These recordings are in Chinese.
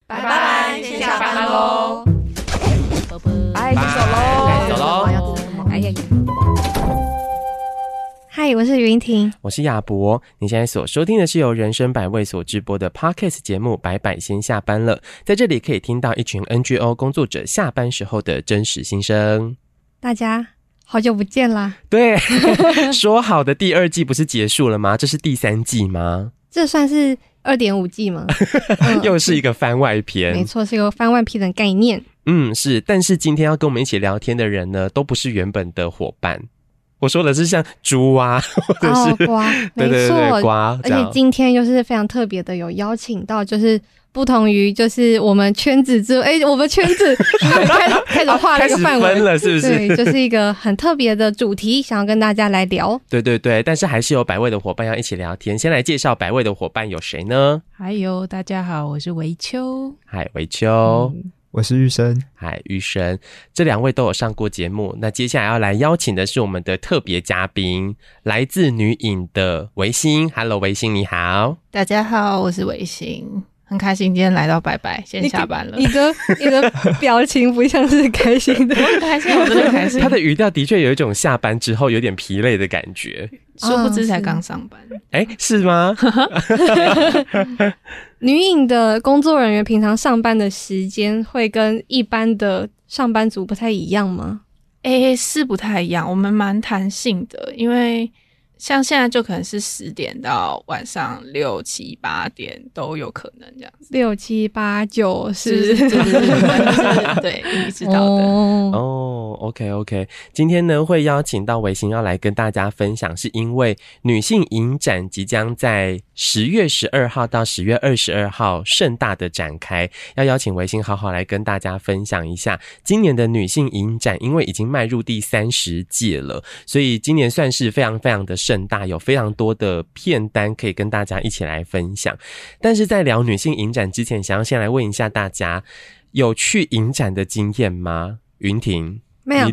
拜拜，先下班喽。 拜，先走喽， 走喽。 要吃什么？哎呀！嗨，我是云婷， 我是亚博。你现在所收听的是由人生百味所直播的 Podcast 节目《百百先下班了》。在这里可以听到一群 NGO 工作者下班时候的真实心声。 大家好久不见啦！ 对，说好的第2季不是结束了吗？这是第3季吗？ 这算是2.5季吗？ 又是一个番外篇。 没错，是一个番外篇的概念。 是。但是今天要跟我们一起聊天的人呢，都不是原本的伙伴。我说的是像猪啊，或者是瓜， 对对对对，瓜。 而且今天又是非常特别的，有邀请到就是不同于就是我们圈子我们圈子开始画了一个范围， 开始分了是不是？ 对，就是一个很特别的主题，想要跟大家来聊。 对对对，但是还是有百味的伙伴要一起聊天。先来介绍百味的伙伴有谁呢？ 还有大家好，我是维秋。 嗨，维秋。 我是玉生。 嗨，玉生。这2位都有上过节目，那接下来要来邀请的是我们的特别嘉宾，来自女影的维新。Hello， 维新你好。 大家好，我是维新，很开心今天来到拜拜，先下班了。 你的表情不像是开心的， 我很开心，我真的开心。 他的语调的确有一种下班之后有点疲累的感觉， 殊不知才刚上班。 是吗？ 女影的工作人员平常上班的时间会跟一般的上班族不太一样吗？ 是不太一样，我们蛮弹性的，因为像现在就可能是10点到晚上6、7、8点都有可能这样子。 6、7、8、9是， 对，你知道的。 OK。今天呢会邀请到维新要来跟大家分享，是因为女性影展即将在10月12号到10月22号盛大的展开，要邀请维新好好来跟大家分享一下今年的女性影展，因为已经迈入第30届了，所以今年算是非常非常的盛大，有非常多的片单可以跟大家一起来分享。但是在聊女性影展之前，想要先来问一下大家，有去影展的经验吗？云婷没有。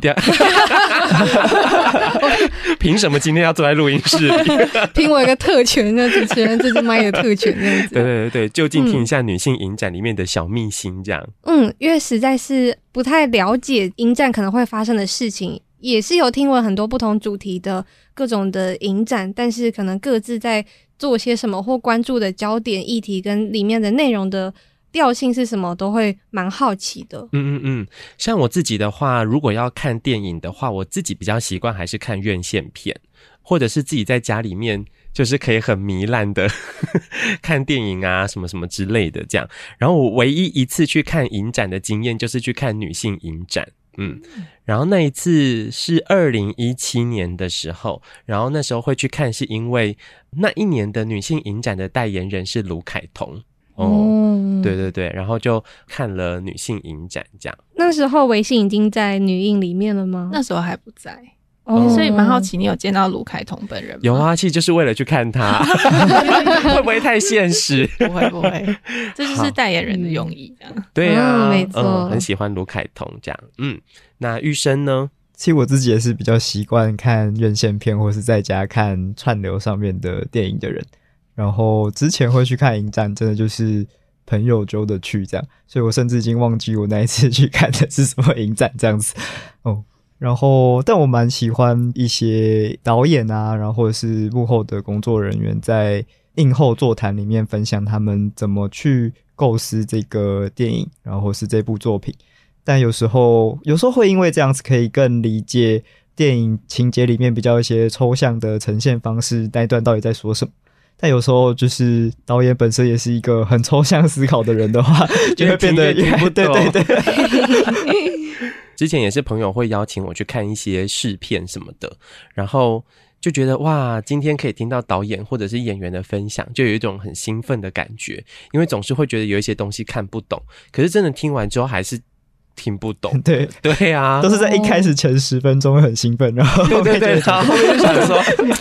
凭什么今天要坐在录音室里？ 凭我一个特权，那主持人这支麦的特权这样子。 对，就近听一下女性影展里面的小秘辛这样。 因为实在是不太了解影展可能会发生的事情，也是有听闻很多不同主题的各种的影展，但是可能各自在做些什么或关注的焦点议题跟里面的内容的调性是什么，都会蛮好奇的。 像我自己的话，如果要看电影的话，我自己比较习惯还是看院线片，或者是自己在家里面就是可以很糜烂的看电影啊什么什么之类的这样。然后我唯一一次去看影展的经验就是去看女性影展。然后那一次是2017年的时候，然后那时候会去看是因为那一年的女性影展的代言人是卢凯彤。对，然后就看了女性影展这样。 那时候维新已经在女影里面了吗？ 那时候还不在。所以蛮好奇你有见到卢凯彤本人吗？ 有啊，其实就是为了去看他。会不会太现实？ 不会，这就是代言人的用意这样。 对啊， 没错， 很喜欢卢凯彤这样。那玉生呢？ 其实我自己也是比较习惯看院线片或是在家看串流上面的电影的人，然后之前会去看影展真的就是朋友揪的去这样，所以我甚至已经忘记我那一次去看的是什么影展这样子。然后但我蛮喜欢一些导演啊，然后或者是幕后的工作人员在映后座谈里面分享他们怎么去构思这个电影，然后或是这部作品。但有时候会因为这样子可以更理解电影情节里面比较一些抽象的呈现方式，那一段到底在说什么。但有时候就是导演本身也是一个很抽象思考的人的话，就会变得听不懂。 对。 之前也是朋友会邀请我去看一些试片什么的，然后就觉得哇，今天可以听到导演或者是演员的分享，就有一种很兴奋的感觉，因为总是会觉得有一些东西看不懂，可是真的听完之后还是听不懂。对啊， 都是在一开始前10分钟会很兴奋，然后对，然后后面就想说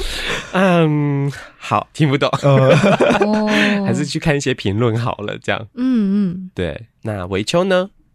好，听不懂。还是去看一些评论好了这样。对，那维秋呢？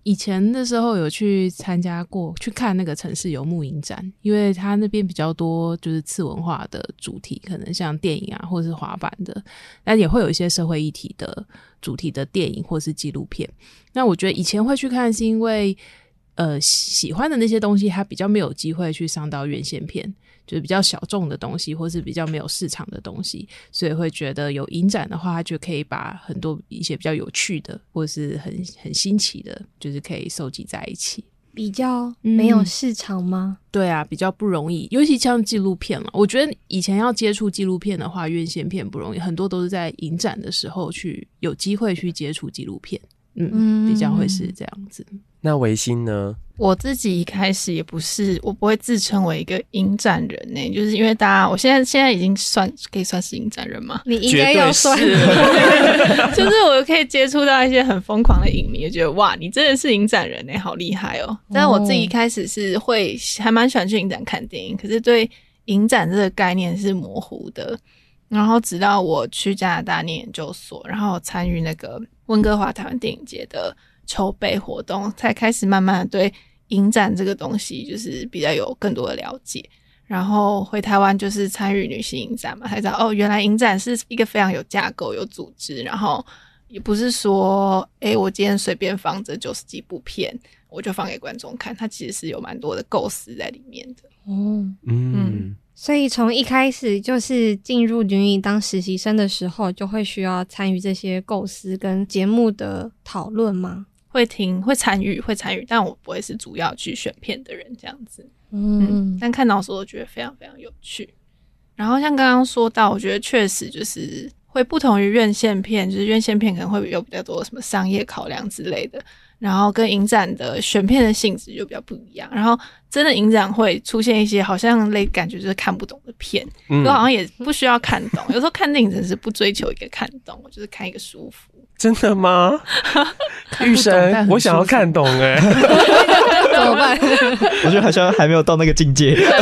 以前的时候有去参加过，去看那个城市游牧影展，因为它那边比较多就是次文化的主题，可能像电影啊或者是滑板的，但也会有一些社会议题的主题的电影或是纪录片。那我觉得以前会去看是因为喜欢的那些东西它比较没有机会去上到院线片，就是比较小众的东西或是比较没有市场的东西，所以会觉得有影展的话它就可以把很多一些比较有趣的或是很新奇的就是可以收集在一起。 比较没有市场吗？ 对啊，比较不容易，尤其像纪录片了。我觉得以前要接触纪录片的话，院线片不容易，很多都是在影展的时候去有机会去接触纪录片，比较会是这样子。 那维新呢？ 我自己一开始也不是，我不会自称为一个影展人呢，就是因为大家，我现在已经可以算是影展人吗？ 你应该要算， 就是我可以接触到一些很疯狂的影迷，我觉得哇，你真的是影展人呢，好厉害哦！但我自己一开始是还蛮喜欢去影展看电影，可是对影展这个概念是模糊的。然后直到我去加拿大念研究所，然后参与那个温哥华台湾电影节的筹备活动，才开始慢慢的对影展这个东西就是比较有更多的了解。然后回台湾就是参与女性影展嘛，才知道原来影展是一个非常有架构有组织，然后也不是说我今天随便放着90几部片我就放给观众看，它其实是有蛮多的构思在里面的。 所以从一开始就是进入女影当实习生的时候，就会需要参与这些构思跟节目的讨论吗？ 会参与，但我不会是主要去选片的人这样子。但看到的时候我觉得非常非常有趣。然后像刚刚说到，我觉得确实就是会不同于院线片，就是院线片可能会有比较多什么商业考量之类的，然后跟影展的选片的性质就比较不一样。然后真的影展会出现一些好像感觉就是看不懂的片，就好像也不需要看懂。有时候看电影真是不追求一个看懂，我就是看一个舒服。 真的吗？玉生，我想要看懂怎么办？ 我觉得好像还没有到那个境界。 对，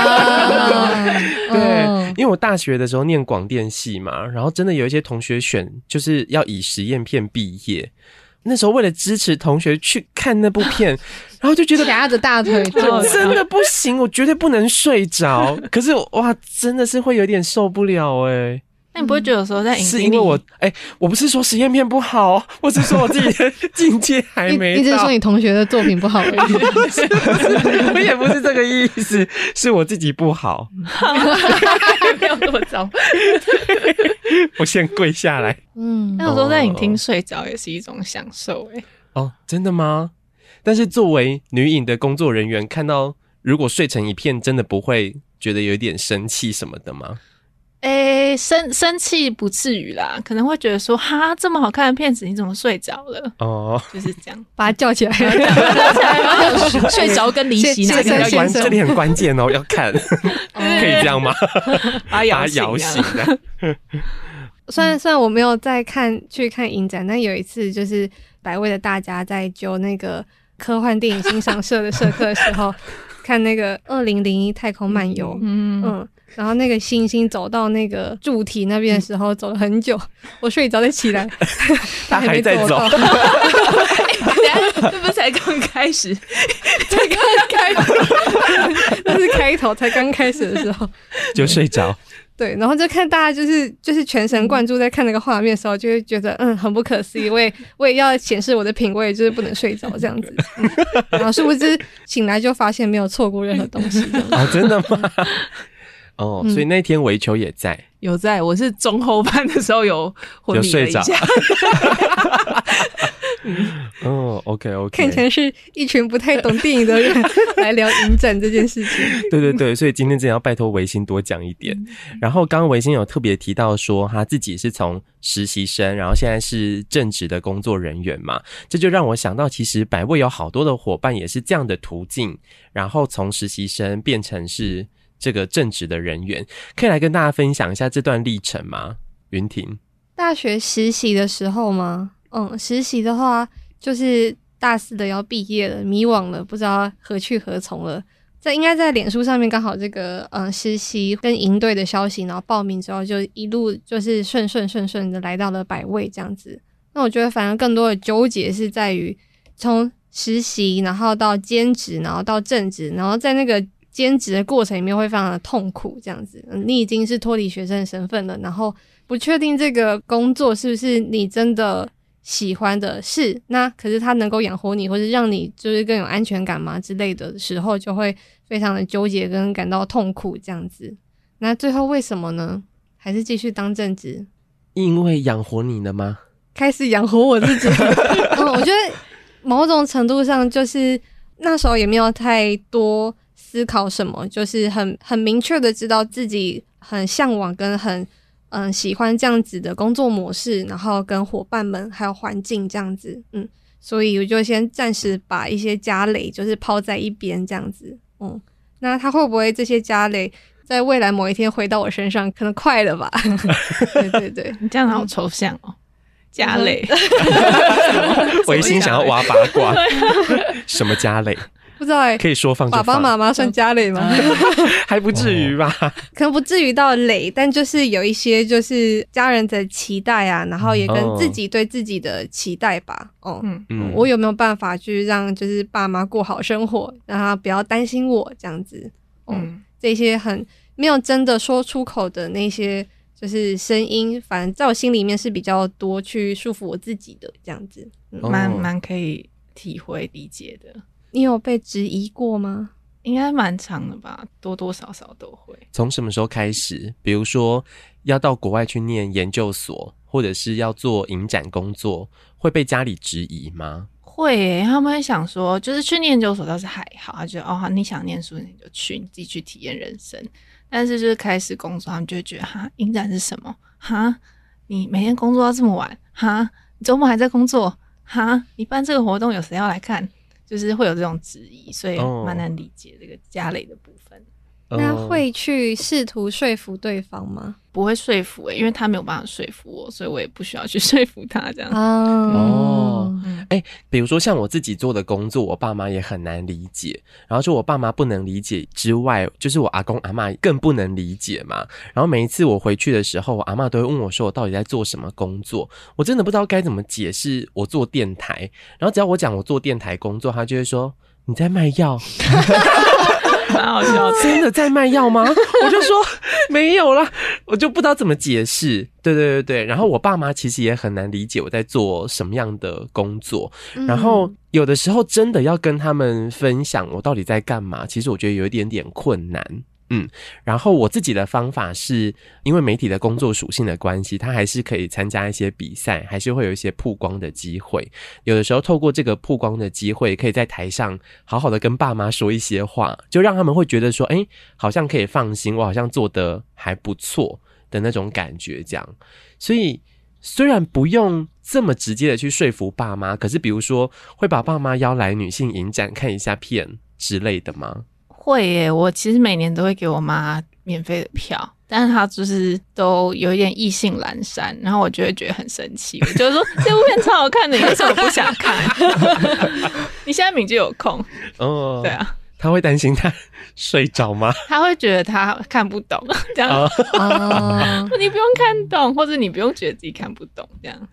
因为我大学的时候念广电系嘛，然后真的有一些同学选就是要以实验片毕业。那时候为了支持同学去看那部片，然后就觉得夹着大腿真的不行，我绝对不能睡着。可是哇，真的是会有点受不了那你不会觉得有时候在影厅里， 是因为我不是说实验片不好，我是说我自己的境界还没到。 你只是说你同学的作品不好而已。 我也不是这个意思，是我自己不好。 没有那么糟。 我先跪下来。 那有时候在影厅睡着也是一种享受哦，真的吗？但是作为女影的工作人员，看到如果睡成一片，真的不会觉得有点生气什么的吗？ 生气不至于啦，可能会觉得说哈，这么好看的片子你怎么睡着了？就是这样， 把他叫起来， 睡着跟离席哪个比较严重？ 这里很关键要看，可以这样吗？ 把它摇醒。 虽然我没有去看影展，但有一次就是百味的大家在揪那个科幻电影欣赏社的社课的时候，看那个2001太空漫游，然后那个星星走到那个柱体那边的时候，走了很久，我睡着再起来， 他还在走。 这不是才刚开始， 那是开头，才刚开始的时候就睡着。 对，然后就看大家就是全神贯注在看那个画面的时候，就会觉得很不可思议。我也要显示我的品味，就是不能睡着这样子。然后殊不知醒来就发现没有错过任何东西。 真的吗？所以那天围球也在， 有在，我是中后半的时候有昏迷了一下。 OK， 看起来是一群不太懂电影的人来聊影展这件事情。 对，所以今天真的要拜托维新多讲一点。然后刚刚维新有特别提到说他自己是从实习生，然后现在是正职的工作人员嘛，这就让我想到其实百味有好多的伙伴也是这样的途径，然后从实习生变成是这个正职的人员，可以来跟大家分享一下这段历程吗？云婷， 大学实习的时候吗？实习的话就是大4的要毕业了，迷惘了，不知道何去何从了。应该在脸书上面刚好这个实习跟营队的消息，然后报名之后就一路就是顺的来到了百味这样子。那我觉得反而更多的纠结是在于从实习，然后到兼职，然后到正职，然后在那个兼职的过程里面会非常的痛苦，这样子。你已经是脱离学生的身份了，然后不确定这个工作是不是你真的喜欢的事，那可是它能够养活你，或是让你就是更有安全感嘛之类的时候，就会非常的纠结跟感到痛苦这样子。那最后为什么呢？还是继续当正职？ 因为养活你了吗？ 开始养活我自己。我觉得某种程度上就是那时候也没有太多思考什么，就是很明确的知道自己很向往跟很喜欢这样子的工作模式，然后跟伙伴们还有环境这样子。所以我就先暂时把一些家累就是抛在一边这样子。那他会不会这些家累在未来某一天回到我身上，可能快了吧。对对对， 你这样好抽象哦，家累。 我一心想要挖八卦，什么家累？ 不知道可以说放就放。 爸爸妈妈算家累吗？ 还不至于吧？ 可能不至于到累，但就是有一些就是家人的期待啊，然后也跟自己对自己的期待吧。我有没有办法去让就是爸妈过好生活，让他不要担心我这样子？这些很没有真的说出口的那些就是声音，反正在我心里面是比较多去束缚我自己的这样子。 蛮可以体会理解的。 你有被质疑过吗？ 应该蛮长的吧，多多少少都会。 从什么时候开始？比如说要到国外去念研究所，或者是要做影展工作，会被家里质疑吗？ 会耶，他们会想说，就是去念研究所倒是还好，他觉得你想念书你就去，你自己去体验人生。但是就是开始工作，他们就会觉得影展是什么？你每天工作到这么晚？你周末还在工作？你办这个活动有谁要来看？就是会有这种质疑，所以蛮难理解这个家累的部分。 那会去试图说服对方吗？ 不会说服因为他没有办法说服我，所以我也不需要去说服他这样。 比如说像我自己做的工作，我爸妈也很难理解。然后就我爸妈不能理解之外，就是我阿公阿嬷更不能理解嘛。然后每一次我回去的时候，我阿嬷都会问我说我到底在做什么工作。我真的不知道该怎么解释我做电台。然后只要我讲我做电台工作，他就会说你在卖药。 蛮好笑的。 真的在卖药吗？我就说没有啦，我就不知道怎么解释。对，然后我爸妈其实也很难理解我在做什么样的工作，然后有的时候真的要跟他们分享我到底在干嘛，其实我觉得有一点点困难。然后我自己的方法是因为媒体的工作属性的关系，它还是可以参加一些比赛，还是会有一些曝光的机会。有的时候透过这个曝光的机会，可以在台上好好的跟爸妈说一些话，就让他们会觉得说好像可以放心，我好像做得还不错的那种感觉这样。所以虽然不用这么直接的去说服爸妈，可是比如说会把爸妈邀来女性影展看一下片之类的吗？ 会耶，我其实每年都会给我妈免费的票，但是她就是都有一点意兴阑珊，然后我就会觉得很生气，我就说这部片超好看的，你为什么不想看？你现在明就有空。对啊， 他会担心他睡着吗？ 他会觉得他看不懂这样。你不用看懂，或者你不用觉得自己看不懂这样。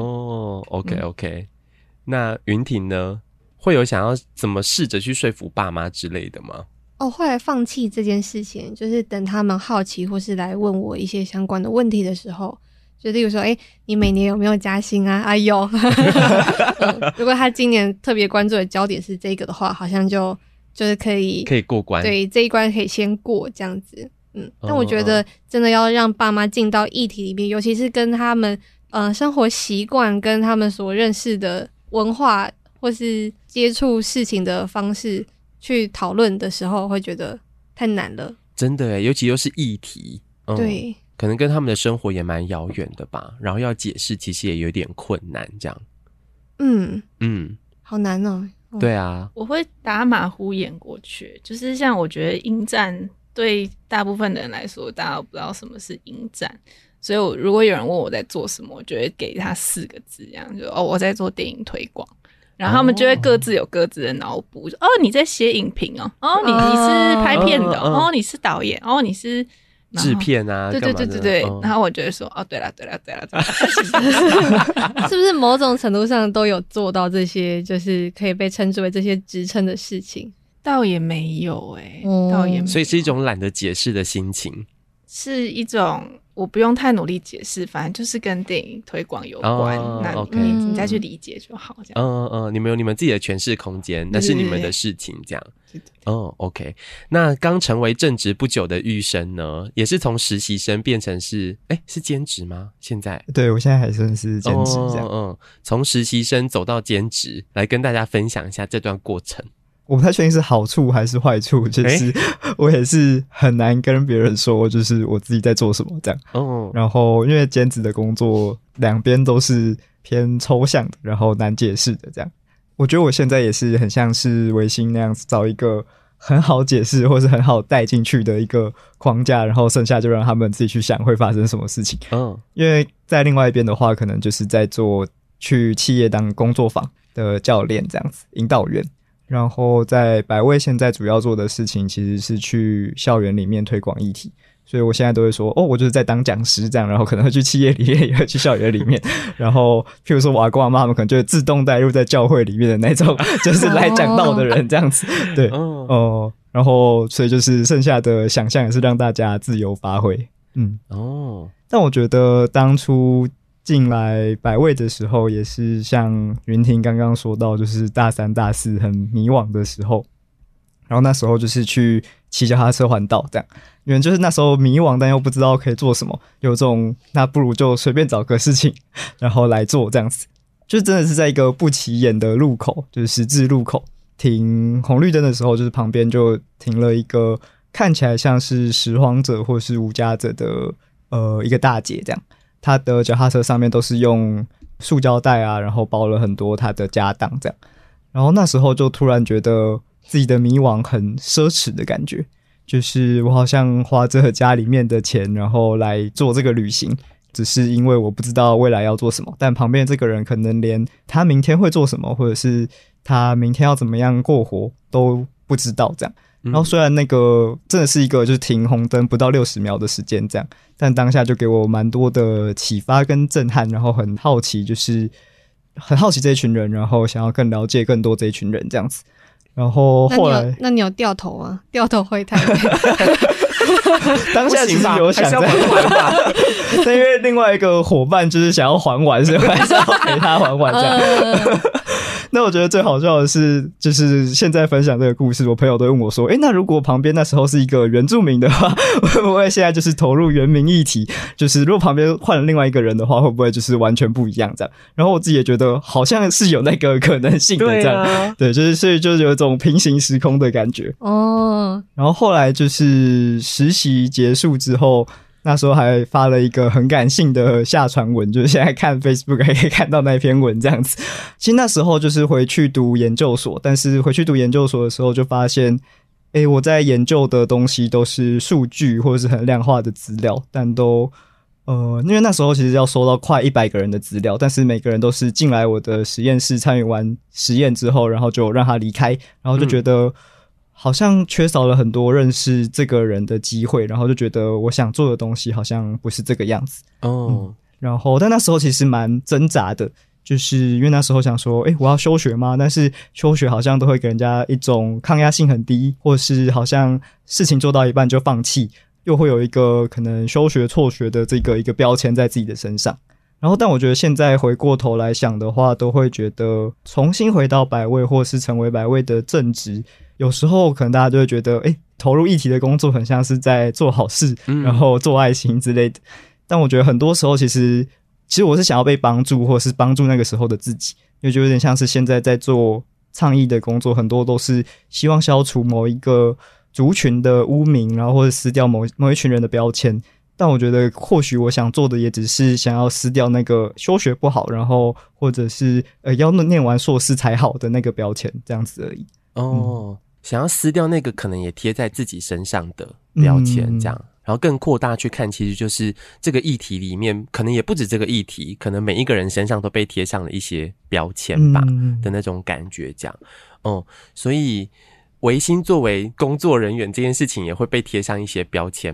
OK， 那云婷呢？会有想要怎么试着去说服爸妈之类的吗？ 后来放弃这件事情，就是等他们好奇或是来问我一些相关的问题的时候，就例如说你每年有没有加薪啊？有。如果他今年特别关注的焦点是这个的话，好像就是可以过关。 对，这一关可以先过这样子。但我觉得真的要让爸妈进到议题里面，尤其是跟他们生活习惯跟他们所认识的文化或是接触事情的方式去讨论的时候，会觉得太难了。真的耶，尤其又是议题，对，可能跟他们的生活也蛮遥远的吧，然后要解释其实也有点困难这样。好难哦。对啊，我会打马虎眼过去，就是像我觉得影展对大部分的人来说，大家都不知道什么是影展，所以如果有人问我在做什么，我就会给他4个字，这样就我在做电影推广。然后他们就会各自有各自的脑补，你在写影评你是拍片的你是导演你是制片啊， 对干嘛的对，然后我就会说哦，对啦， 是不是某种程度上都有做到这些，就是可以被称之为这些职称的事情？ 倒也没有倒也没有， 所以是一种懒得解释的心情， 是一种我不用太努力解释，反正就是跟电影推广有关，那你再去理解就好，这样。 你们有你们自己的诠释空间，那是你们的事情，这样。OK。那刚成为正职不久的玉生呢，也是从实习生变成是兼职吗？现在？ 对，我现在还算是兼职这样。 从实习生走到兼职，来跟大家分享一下这段过程。 我不太确定是好处还是坏处，就是我也是很难跟别人说，就是我自己在做什么这样。然后因为兼职的工作两边都是偏抽象的，然后难解释的这样。我觉得我现在也是很像是微星那样子，找一个很好解释或是很好带进去的一个框架，然后剩下就让他们自己去想会发生什么事情。因为在另外一边的话，可能就是在做去企业当工作坊的教练这样子，引导员。然后在百味现在主要做的事情其实是去校园里面推广议题，所以我现在都会说我就是在当讲师这样，然后可能会去企业里面也会去校园里面，然后譬如说我阿公阿妈他们可能就会自动带入在教会里面的那种就是来讲道的人这样子。对然后所以就是剩下的想象也是让大家自由发挥。但我觉得当初进来百味的时候，也是像云婷刚刚说到，就是大三大四很迷惘的时候，然后那时候就是去骑脚踏车环岛这样，因为就是那时候迷惘但又不知道可以做什么，有种那不如就随便找个事情然后来做这样子。就真的是在一个不起眼的路口，就是十字路口停红绿灯的时候，就是旁边就停了一个看起来像是拾荒者或是无家者的一个大姐这样，他的脚踏车上面都是用塑胶袋啊，然后包了很多他的家当这样。然后那时候就突然觉得自己的迷惘很奢侈的感觉，就是我好像花着家里面的钱然后来做这个旅行，只是因为我不知道未来要做什么，但旁边这个人可能连他明天会做什么，或者是他明天要怎么样过活都不知道这样。然后虽然那个真的是一个就是停红灯不到60秒的时间这样，但当下就给我蛮多的启发跟震撼，然后很好奇，就是很好奇这一群人，然后想要更了解更多这一群人这样子。然后后来那你有掉头吗？掉头回台北当下其实有想在但因为另外一个伙伴就是想要还完，所以我还是要陪他还完这样那我觉得最好笑的是，就是现在分享这个故事，我朋友都问我说那如果旁边那时候是一个原住民的话，会不会现在就是投入原民议题，就是如果旁边换了另外一个人的话，会不会就是完全不一样这样。然后我自己也觉得好像是有那个可能性的这样。对，就是所以就是有一种平行时空的感觉。然后后来就是实习结束之后，那时候还发了一个很感性的下传文，就是现在看 Facebook 还可以看到那篇文这样子。其实那时候就是回去读研究所，但是回去读研究所的时候就发现我在研究的东西都是数据或者是很量化的资料，但都因为那时候其实要收到快100个人的资料，但是每个人都是进来我的实验室参与完实验之后，然后就让他离开，然后就觉得好像缺少了很多认识这个人的机会，然后就觉得我想做的东西好像不是这个样子。然后但那时候其实蛮挣扎的，就是因为那时候想说我要休学吗？但是休学好像都会给人家一种抗压性很低，或是好像事情做到一半就放弃，又会有一个可能休学辍学的这个一个标签在自己的身上。然后但我觉得现在回过头来想的话，都会觉得重新回到百味或是成为百味的正职，有时候可能大家就会觉得投入议题的工作很像是在做好事，然后做爱心之类的。但我觉得很多时候其实我是想要被帮助，或是帮助那个时候的自己，因为就有点像是现在在做倡议的工作，很多都是希望消除某一个族群的污名，然后或者撕掉某一群人的标签。但我觉得或许我想做的也只是想要撕掉那个休学不好，然后或者是要念完硕士才好的那个标签，这样子而已。 想要撕掉那个可能也贴在自己身上的标签这样。然后更扩大去看，其实就是这个议题里面可能也不止这个议题，可能每一个人身上都被贴上了一些标签吧的那种感觉这样。所以微星作为工作人员这件事情也会被贴上一些标签吗？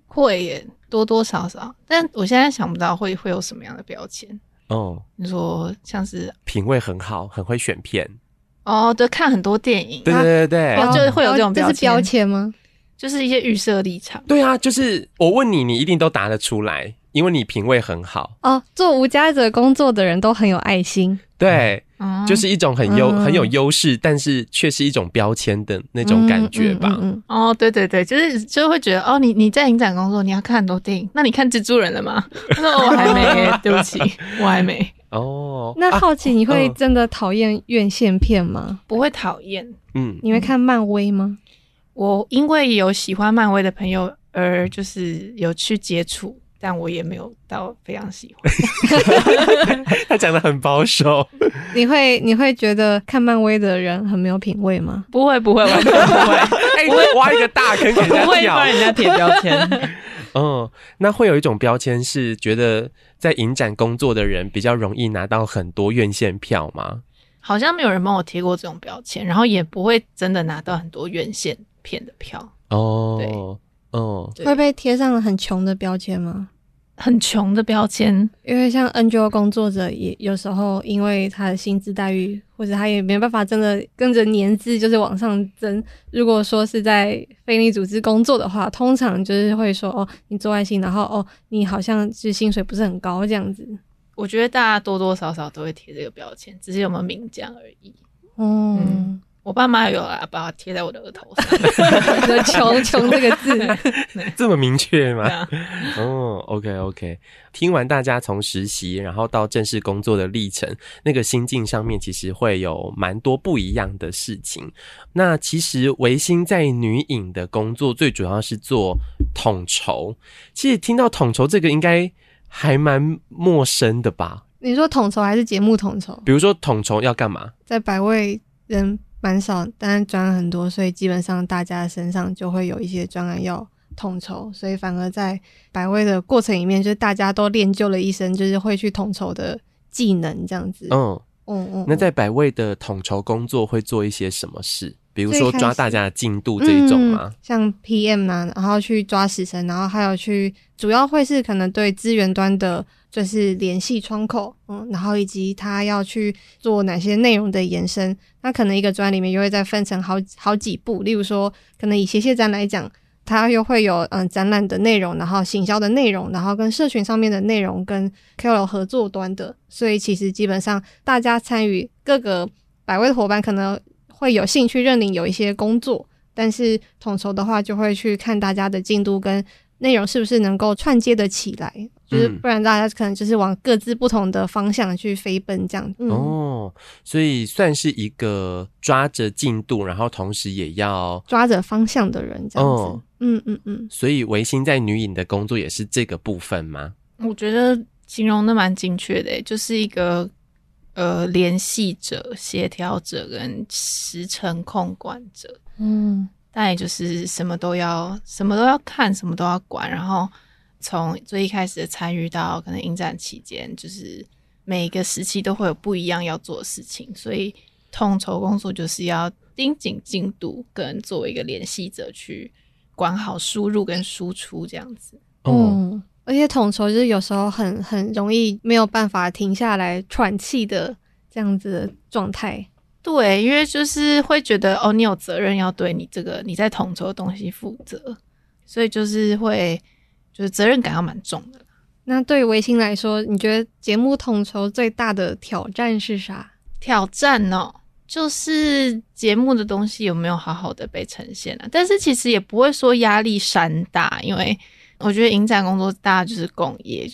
会耶，多多少少，但我现在想不到会有什么样的标签。 哦， 你说像是品味很好，很会选片。 哦，对，看很多电影， 对对对对， 然后就会有这种标签， 这是标签吗？ 就是一些预设立场。 对啊，就是我问你，你一定都答得出来，因为你品味很好。 哦，做无家者工作的人都很有爱心。 对，就是一种很有优势，但是却是一种标签的那种感觉吧。 哦，对对对，就会觉得哦，你在影展工作，你要看很多电影，那你看蜘蛛人了吗？他说我还没，对不起，我还没。 哦， 那好奇你会真的讨厌院线片吗？ 不会讨厌， 你会看漫威吗？ 我因为有喜欢漫威的朋友而就是有去接触，但我也没有到非常喜欢。 他讲得很保守。 你会觉得看漫威的人很没有品味吗？ 不会，完全不会。 不会挖一个大坑给人家跳， 不会帮人家贴标签。 那会有一种标签是觉得在影展工作的人比较容易拿到很多院线票吗？ 好像没有人帮我贴过这种标签，然后也不会真的拿到很多院线片的票。 对，会被贴上了很穷的标签吗？ 很穷的标签， 因为像 NGO 工作者也有时候因为他的薪资待遇，或者他也没办法真的跟着年资就是往上增。如果说是在非利组织工作的话，通常就是会说哦，你做爱心，然后哦，你好像是薪水不是很高这样子。 我觉得大家多多少少都会贴这个标签，只是有没有明讲而已。我爸妈有把它贴在我的额头上。 穷这个字这么明确吗？OK。 听完大家从实习然后到正式工作的历程，那个心境上面其实会有蛮多不一样的事情。那其实维新在女影的工作最主要是做统筹，其实听到统筹这个应该还蛮陌生的吧？ 你说统筹还是节目统筹？ 比如说统筹要干嘛？ 在百味人蛮少，但是专案很多，所以基本上大家身上就会有一些专案要统筹，所以反而在百味的过程里面，就是大家都练就了一身就是会去统筹的技能这样子。那在百味的统筹工作会做一些什么事？比如说抓大家的进度这一种吗？像 PM 啊，然后去抓时程，然后还有去主要会是可能对资源端的就是联系窗口，然后以及他要去做哪些内容的延伸。那可能一个专里面又会再分成好几步，例如说可能以斜站来讲，它又会有展览的内容，然后行销的内容，然后跟社群上面的内容，跟 KOL 合作端的。所以其实基本上大家参与各个百味的伙伴可能会有兴趣认领有一些工作，但是统筹的话就会去看大家的进度跟内容是不是能够串接的起来，就是不然大家可能就是往各自不同的方向去飞奔这样。 所以算是一个抓着进度，然后同时也要抓着方向的人这样子。 所以维新在女影的工作也是这个部分吗？ 我觉得形容的蛮精确的，就是一个联系者、协调者跟时程控管者。但也就是什么都要看，什么都要管，然后从最一开始的参与到可能影展期间，就是每一个时期都会有不一样要做的事情，所以统筹工作就是要盯紧进度，跟作为一个联系者去管好输入跟输出这样子。 而且统筹就是有时候很容易没有办法停下来喘气的这样子的状态。 对，因为就是会觉得你有责任要对你这个你在统筹的东西负责，所以就是责任感要蛮重的。 那对于维新来说，你觉得节目统筹最大的挑战是啥？ 挑战就是节目的东西有没有好好的被呈现啊？但是其实也不会说压力山大，因为我觉得影展工作大家就是共业，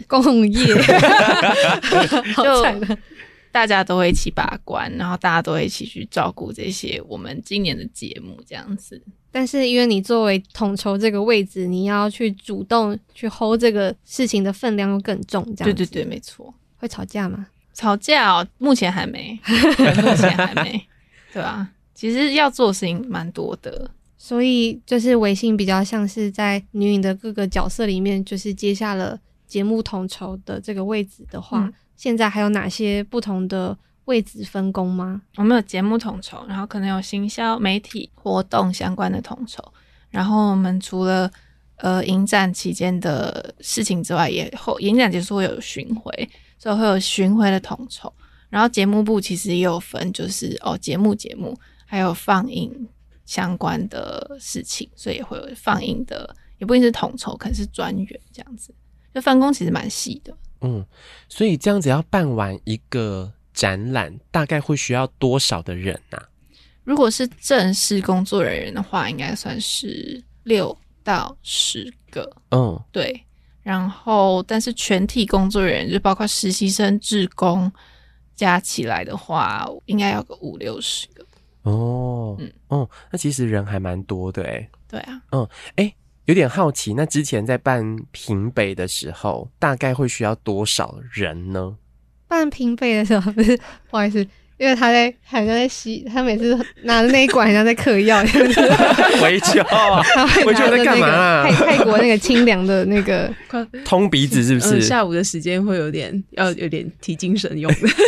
好惨的。大家都会一起把关，然后大家都会一起去照顾这些我们今年的节目这样子。 但是因为你作为统筹这个位置，你要去主动去 hold 这个事情的分量又更重这样子。 对，没错。 会吵架吗？ 吵架目前还没对啊，其实要做的事情蛮多的。 所以就是维新比较像是在女影的各个角色里面，就是接下了节目统筹的这个位置的话，现在还有哪些不同的位置分工吗？ 我们有节目统筹，然后可能有行销、媒体活动相关的统筹，然后我们除了影展期间的事情之外，影展结束会有巡回，所以会有巡回的统筹。然后节目部其实也有分，就是节目还有放映相关的事情，所以也会有放映的，也不一定是统筹，可能是专员这样子，就分工其实蛮细的。 所以这样子要办完一个展览，大概会需要多少的人啊？ 如果是正式工作人员的话，应该算是6到10个。对。然后，但是全体工作人员，就包括实习生、志工加起来的话，应该要个50-60个。 那其实人还蛮多的欸。 对啊。 有点好奇，那之前在办平北的时候，大概会需要多少人呢？ 办平北的时候，不是，不好意思，因为他好像在吸，他每次拿着那一管，好像在嗑药， 围球，围球在干嘛啊？ 泰国那个清凉的那个通鼻子是不是？ 下午的时间会有点提精神用的。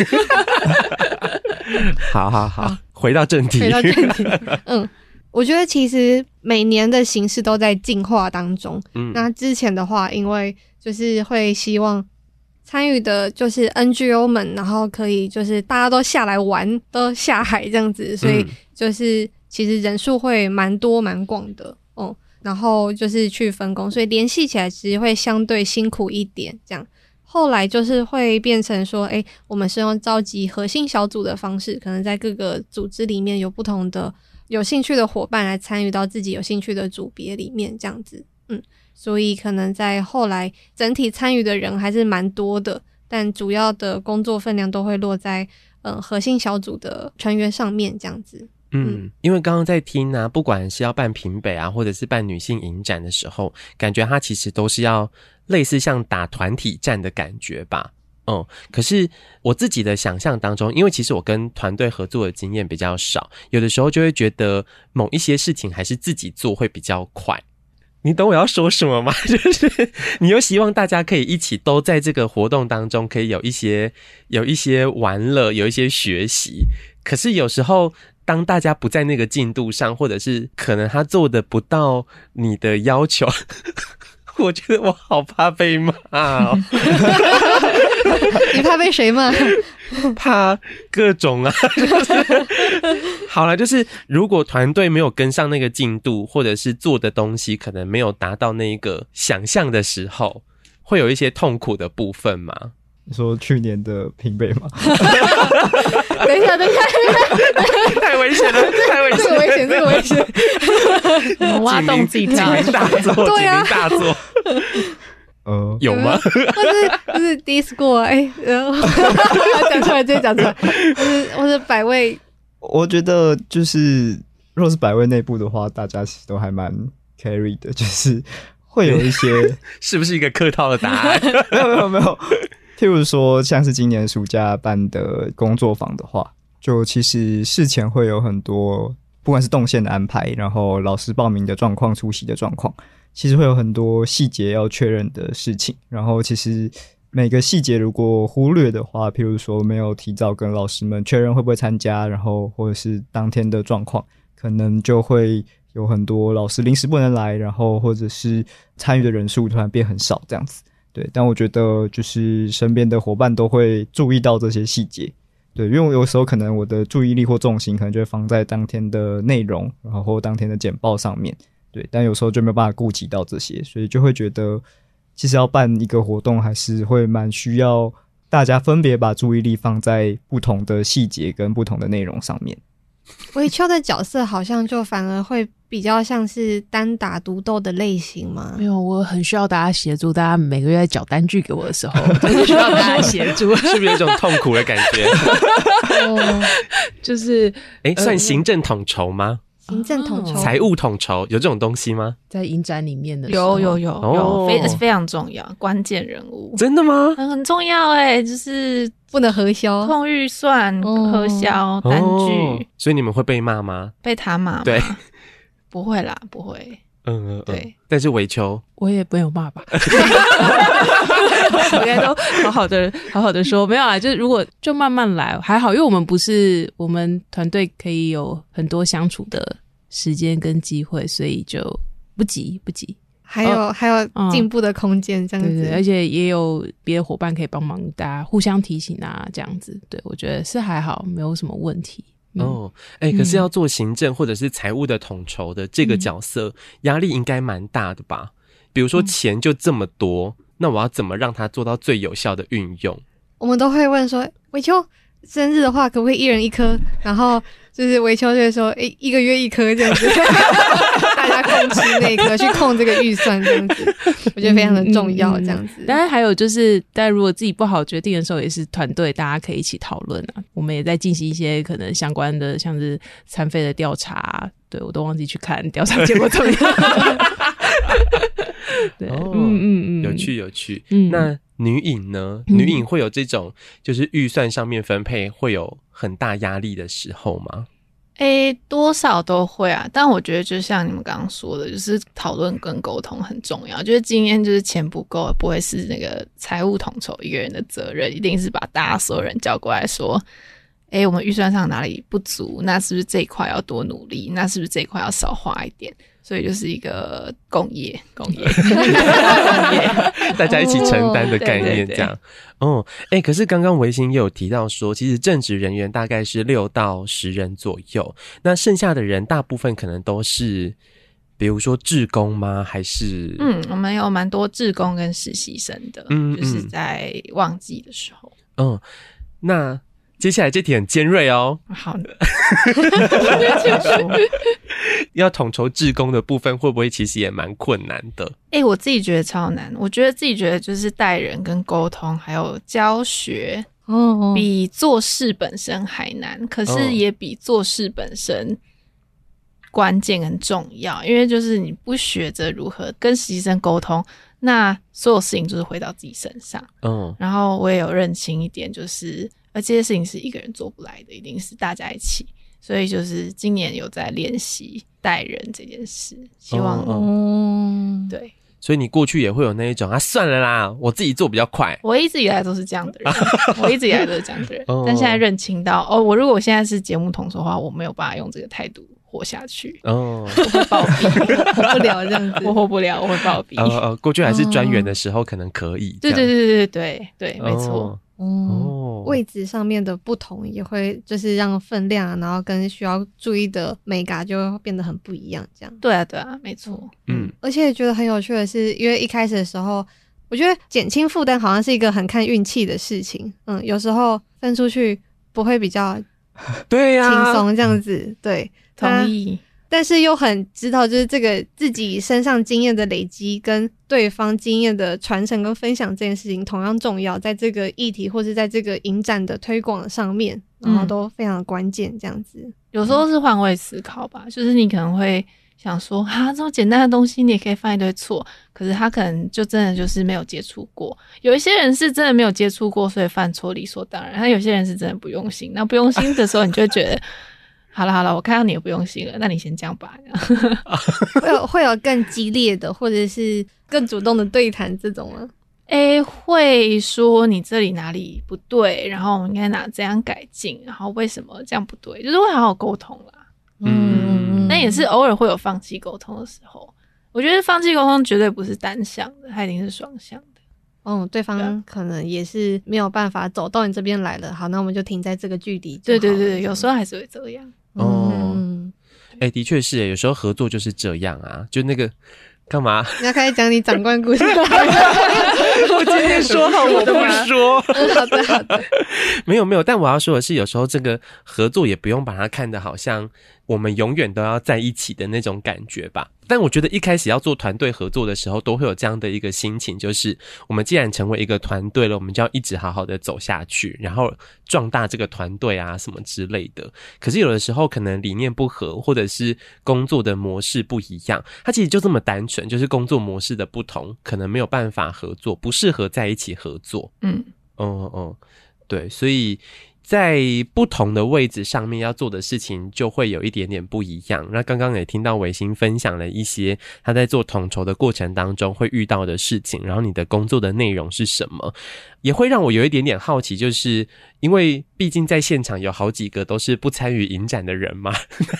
好，回到正题。 我觉得其实每年的形式都在进化当中。那之前的话，因为就是会希望参与的就是 NGO 们，然后可以就是大家都下来玩，都下海这样子，所以就是其实人数会蛮多蛮广的。然后就是去分工，所以联系起来其实会相对辛苦一点这样。后来就是会变成说我们是用召集核心小组的方式，可能在各个组织里面有不同的有兴趣的伙伴来参与到自己有兴趣的组别里面这样子。所以可能在后来整体参与的人还是蛮多的，但主要的工作分量都会落在核心小组的成员上面这样子。 因为刚刚在听啊，不管是要办平北啊，或者是办女性影展的时候，感觉它其实都是要类似像打团体战的感觉吧。可是我自己的想象当中，因为其实我跟团队合作的经验比较少，有的时候就会觉得某一些事情还是自己做会比较快。你懂我要说什么吗？就是你又希望大家可以一起都在这个活动当中可以有一些玩乐，有一些学习，可是有时候当大家不在那个进度上，或者是可能他做的不到你的要求我觉得我好怕被骂哦。 你怕被谁骂？ 怕各种啊。好了，就是如果团队没有跟上那个进度，或者是做的东西可能没有达到那个想象的时候，会有一些痛苦的部分吗？ 你说去年的平北吗？ 等一下， 太危险了，太危险了， 这个危险， 挖洞自己跳， 警铃大作， 对啊， 警铃大作。有吗？ 或是 Discord 讲出来，直接讲出来，或是百味。 我觉得就是如果是百味内部的话，大家其实都还蛮 carry 的，就是会有一些是不是一个客套的答案？ 没有。譬如说像是今年暑假办的工作坊的话，就其实事前会有很多不管是动线的安排，然后老师报名的状况、出席的状况，其实会有很多细节要确认的事情，然后其实每个细节如果忽略的话，譬如说没有提早跟老师们确认会不会参加，然后或者是当天的状况，可能就会有很多老师临时不能来，然后或者是参与的人数突然变很少这样子。对，但我觉得就是身边的伙伴都会注意到这些细节。对，因为我有时候可能我的注意力或重心可能就会放在当天的内容，然后或当天的简报上面。对，但有时候就没有办法顾及到这些，所以就会觉得其实要办一个活动还是会蛮需要大家分别把注意力放在不同的细节跟不同的内容上面。 微秋的角色好像就反而会比较像是单打独斗的类型吗？ 没有，我很需要大家协助，大家每个月缴单据给我的时候，就是需要大家协助。 是不是有一种痛苦的感觉？ 就是算行政统筹吗？ 行政统筹、 财务统筹有这种东西吗？ 在影展里面的时候有，非常重要，关键人物。 真的吗？ 很重要欸，就是不能核销， 控预算、核销、单据。 所以你们会被骂吗？ 被他骂吗？ 对， 不会啦，不会。对。 但是微秋， 我也没有骂吧。应该都好好的说，没有啦，就是如果就慢慢来，还好，因为我们团队可以有很多相处的时间跟机会，所以就不急。 还有进步的空间，这样子。 对，而且也有别的伙伴可以帮忙，大家互相提醒啊，这样子。对，我觉得是还好，没有什么问题。 可是要做行政或者是财务的统筹的这个角色，压力应该蛮大的吧？比如说钱就这么多，那我要怎么让它做到最有效的运用？ 我们都会问说，维秋生日的话，可不可以一人一颗？然后就是维秋就会说，一个月一颗这样子，大家共吃那一颗，去控这个预算这样子，我觉得非常的重要这样子。 当然还有就是，但如果自己不好决定的时候，也是团队大家可以一起讨论啊。我们也在进行一些可能相关的，像是餐费的调查，对我都忘记去看调查结果怎么样。对， 有趣。那女影呢？女影会有这种就是预算上面分配会有很大压力的时候吗？ 多少都会啊，但我觉得就像你们刚刚说的，就是讨论跟沟通很重要。就是今天就是钱不够，不会是那个财务统筹一个人的责任，一定是把大家所有人叫过来说，我们预算上哪里不足，那是不是这一块要多努力，那是不是这一块要少花一点，所以就是一个共业大家一起承担的概念这样。可是刚刚维新也有提到说，其实正职人员大概是6到10人左右，那剩下的人大部分可能都是比如说志工吗？还是我们有蛮多志工跟实习生的，就是在旺季的时候。 那接下来这题很尖锐哦。 好的， 要统筹志工的部分，会不会其实也蛮困难的？ 我自己觉得超难。我觉得就是带人跟沟通，还有教学，比做事本身还难。可是也比做事本身关键跟重要，因为就是你不学着如何跟实习生沟通，那所有事情就是回到自己身上。然后我也有认清一点，就是这些事情是一个人做不来的，一定是大家一起。所以就是今年有在练习带人这件事，希望对。 所以你过去也会有那一种算了啦，我自己做比较快。 我一直以来都是这样的人，但现在认清到我如果我现在是节目统筹的话，我没有办法用这个态度活下去。我会暴毙， 活不了这样子， 我活不了，我会暴毙。 过去还是专员的时候可能可以。 对，没错。 位置上面的不同也会就是让分量然后跟需要注意的美感就会变得很不一样这样。 对啊没错。 而且觉得很有趣的是，因为一开始的时候我觉得减轻负担好像是一个很看运气的事情。有时候分出去不会比较对呀轻松这样子。对， 同意。 但是又很知道就是这个自己身上经验的累积跟对方经验的传承跟分享这件事情同样重要，在这个议题或是在这个影展的推广上面，然后都非常的关键这样子。 有时候是换位思考吧，就是你可能会想说这么简单的东西你也可以犯一堆错，可是他可能就真的就是没有接触过。有一些人是真的没有接触过，所以犯错理所当然，他有些人是真的不用心，那不用心的时候你就会觉得好了，我看到你也不用心了，那你先这样吧。 会有更激烈的或者是更主动的对谈这种吗？ 会说你这里哪里不对，然后我们应该怎样改进，然后为什么这样不对，就是会好好沟通啦。但也是偶尔会有放弃沟通的时候。我觉得放弃沟通绝对不是单向的，它一定是双向的。 对方可能也是没有办法走到你这边来了，好，那我们就停在这个距离。 对，有时候还是会这样。 的确是有时候合作就是这样啊，就那个干嘛？ 你要开始讲你长官故事？ 我今天说好我不说。 好的。 没有，但我要说的是，有时候这个合作也不用把它看得好像我们永远都要在一起的那种感觉吧。但我觉得一开始要做团队合作的时候，都会有这样的一个心情，就是我们既然成为一个团队了，我们就要一直好好的走下去，然后壮大这个团队啊什么之类的。可是有的时候可能理念不合，或者是工作的模式不一样，它其实就这么单纯，就是工作模式的不同，可能没有办法合作，不适合在一起合作。对，所以在不同的位置上面要做的事情就会有一点点不一样。那刚刚也听到伟星分享了一些他在做统筹的过程当中会遇到的事情，然后你的工作的内容是什么，也会让我有一点点好奇，就是因为毕竟在现场有好几个都是不参与影展的人嘛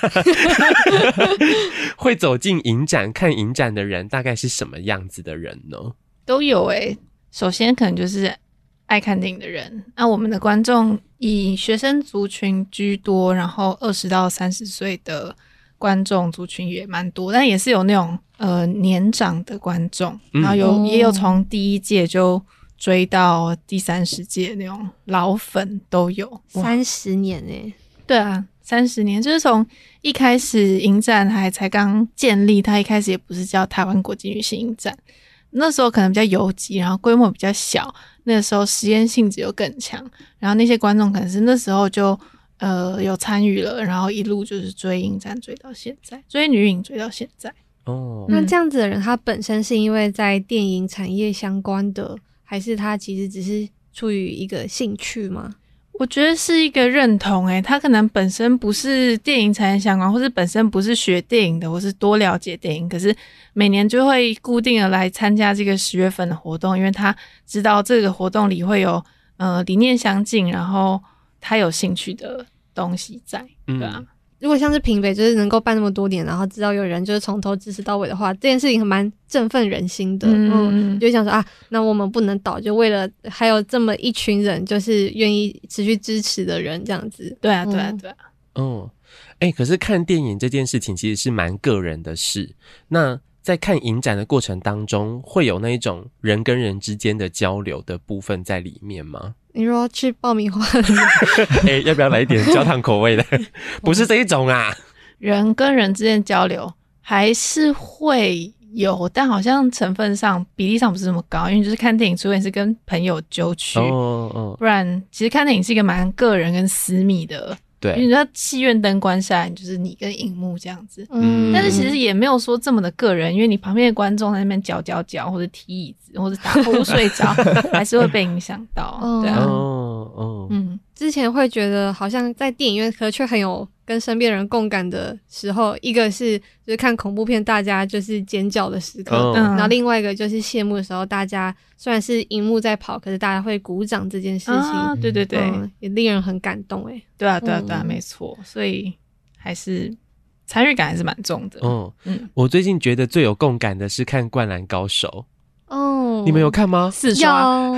会走进影展看影展的人大概是什么样子的人呢？ 都有首先可能就是爱看电影的人，那我们的观众以学生族群居多，然后20到30岁的观众族群也蛮多，但也是有那种年长的观众，然后也有从第一届就追到第30届那种老粉都有。 30年对啊，30年，就是从一开始影展才刚建立，它一开始也不是叫台湾国际女性影展，那时候可能比较游击，然后规模比较小，那个时候实验性质又更强，然后那些观众可能是那时候就有参与了，然后一路就是追影展追到现在，追女影追到现在。 那这样子的人他本身是因为在电影产业相关的，还是他其实只是出于一个兴趣吗？ 我觉得是一个认同他可能本身不是电影产业相关，或是本身不是学电影的，或是多了解电影，可是每年就会固定的来参加这个10月份的活动，因为他知道这个活动里会有理念相近，然后他有兴趣的东西在，对啊。 如果像是平北就是能够办那么多年，然后知道有人就是从头支持到尾的话，这件事情蛮振奋人心的。就想说啊，那我们不能倒，就为了还有这么一群人就是愿意持续支持的人这样子。 对啊。 可是看电影这件事情其实是蛮个人的事，那在看影展的过程当中会有那一种人跟人之间的交流的部分在里面吗？ 你说吃爆米花要不要来一点焦糖口味的不是这一种啊， 人跟人之间交流还是会有，但好像成分上比例上不是这么高，因为就是看电影除非是跟朋友揪去，不然其实看电影是一个蛮个人跟私密的。 对， 因为你知道戏院灯关下来就是你跟荧幕这样子，但是其实也没有说这么的个人，因为你旁边的观众在那边搅或者踢椅子或者打呼睡着还是会被影响到。对啊。 之前会觉得好像在电影院可却很有跟身边人共感的时候，一个是就是看恐怖片大家就是尖叫的时刻，然后另外一个就是谢幕的时候，大家虽然是荧幕在跑，可是大家会鼓掌这件事情。 对， 也令人很感动。 对啊，没错，所以还是参与感还是蛮重的。 我最近觉得最有共感的是看《灌篮高手》。你们有看吗 ？4刷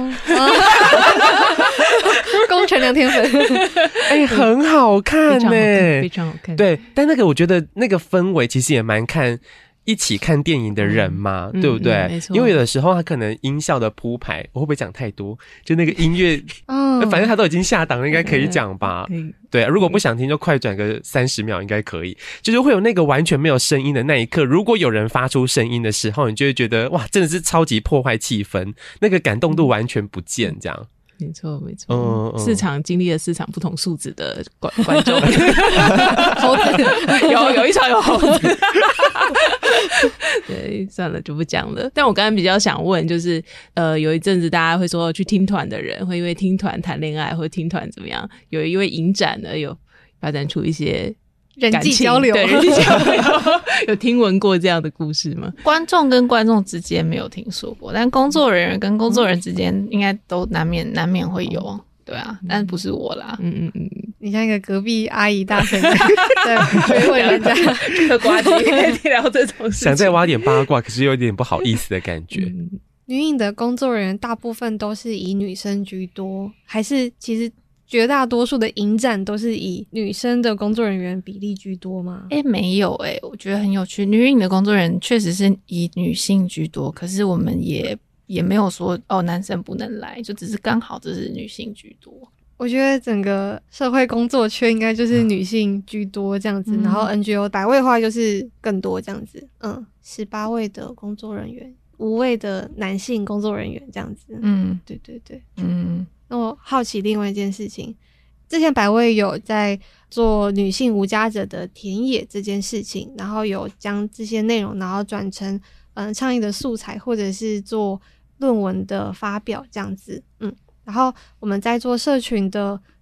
宫城良天粉很好看非常好看。 对，但那个我觉得那个氛围其实也蛮看一起看电影的人嘛，对不对？ 没错。 因为有的时候他可能音效的铺排，我会不会讲太多？就那个音乐反正他都已经下档了，应该可以讲吧？对，如果不想听就快转个30秒应该可以。就是会有那个完全没有声音的那一刻，如果有人发出声音的时候，你就会觉得哇，真的是超级破坏气氛，那个感动度完全不见这样。 没错。市场经历了4场不同素质的观众猴子有一场有猴子对，算了就不讲了。但我刚刚比较想问，就是有一阵子大家会说去听团的人会因为听团谈恋爱或者听团怎么样，有一位影展呢有发展出一些人际交流。 对，人际交流有听闻过这样的故事吗？ 观众跟观众之间没有听说过，但工作人员跟工作人员之间应该都难免会有。对啊，但不是我啦。 你像一个隔壁阿姨大声对追问人家嗑瓜子聊这种事情， 想再挖点八卦，可是有点不好意思的感觉。 女影的工作人员大部分都是以女生居多，还是其实绝大多数的影展都是以女生的工作人员比例居多吗？ 没有我觉得很有趣。女影的工作人员确实是以女性居多，可是我们也没有说男生不能来，就只是刚好这是女性居多。 我觉得整个社会工作圈应该就是女性居多这样子，然后 NGO 百位化就是更多这样子。18位的工作人员，5位的男性工作人员这样子。对。那我好奇另外一件事情，之前百位有在做女性无家者的田野这件事情，然后有将这些内容然后转成倡议的素材，或者是做论文的发表这样子。然后我们在做社群的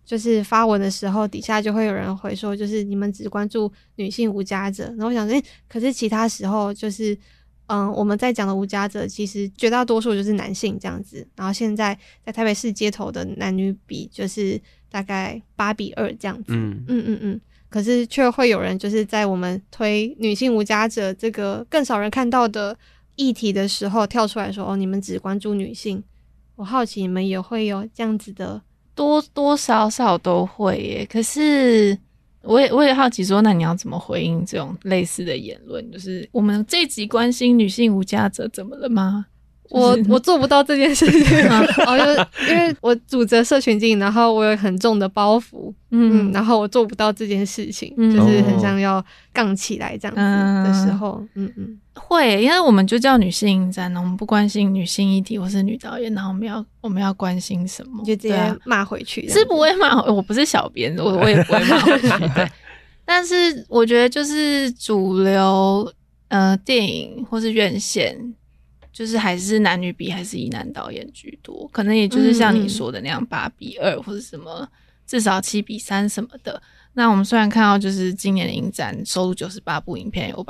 就是发文的时候底下就会有人回说，就是你们只关注女性无家者，然后我想说可是其他时候就是我们在讲的无家者其实绝大多数就是男性这样子，然后现在在台北市街头的男女比就是大概8:2这样子。可是却会有人就是在我们推女性无家者这个更少人看到的议题的时候跳出来说，你们只关注女性。我好奇你们也会有这样子的？ 多多少少都会耶，可是我也好奇说，那你要怎么回应这种类似的言论？就是我们这一集关心女性无家者怎么了吗？ 我做不到这件事情因为我主责社群经营，然后我有很重的包袱，然后我做不到这件事情，就是很像要杠起来这样子的时候， 会，因为我们就叫女性影展，我们不关心女性议题或是女导演，然后我们要关心什么， 就直接骂回去， 是不会骂，我不是小编，我也不会骂回去，对。但是我觉得就是主流电影或是院线。就是还是男女比还是以男导演居多，可能也就是像你说的那样8:2或者什么至少7:3什么的。那我们虽然看到就是今年的影展收入98部影片有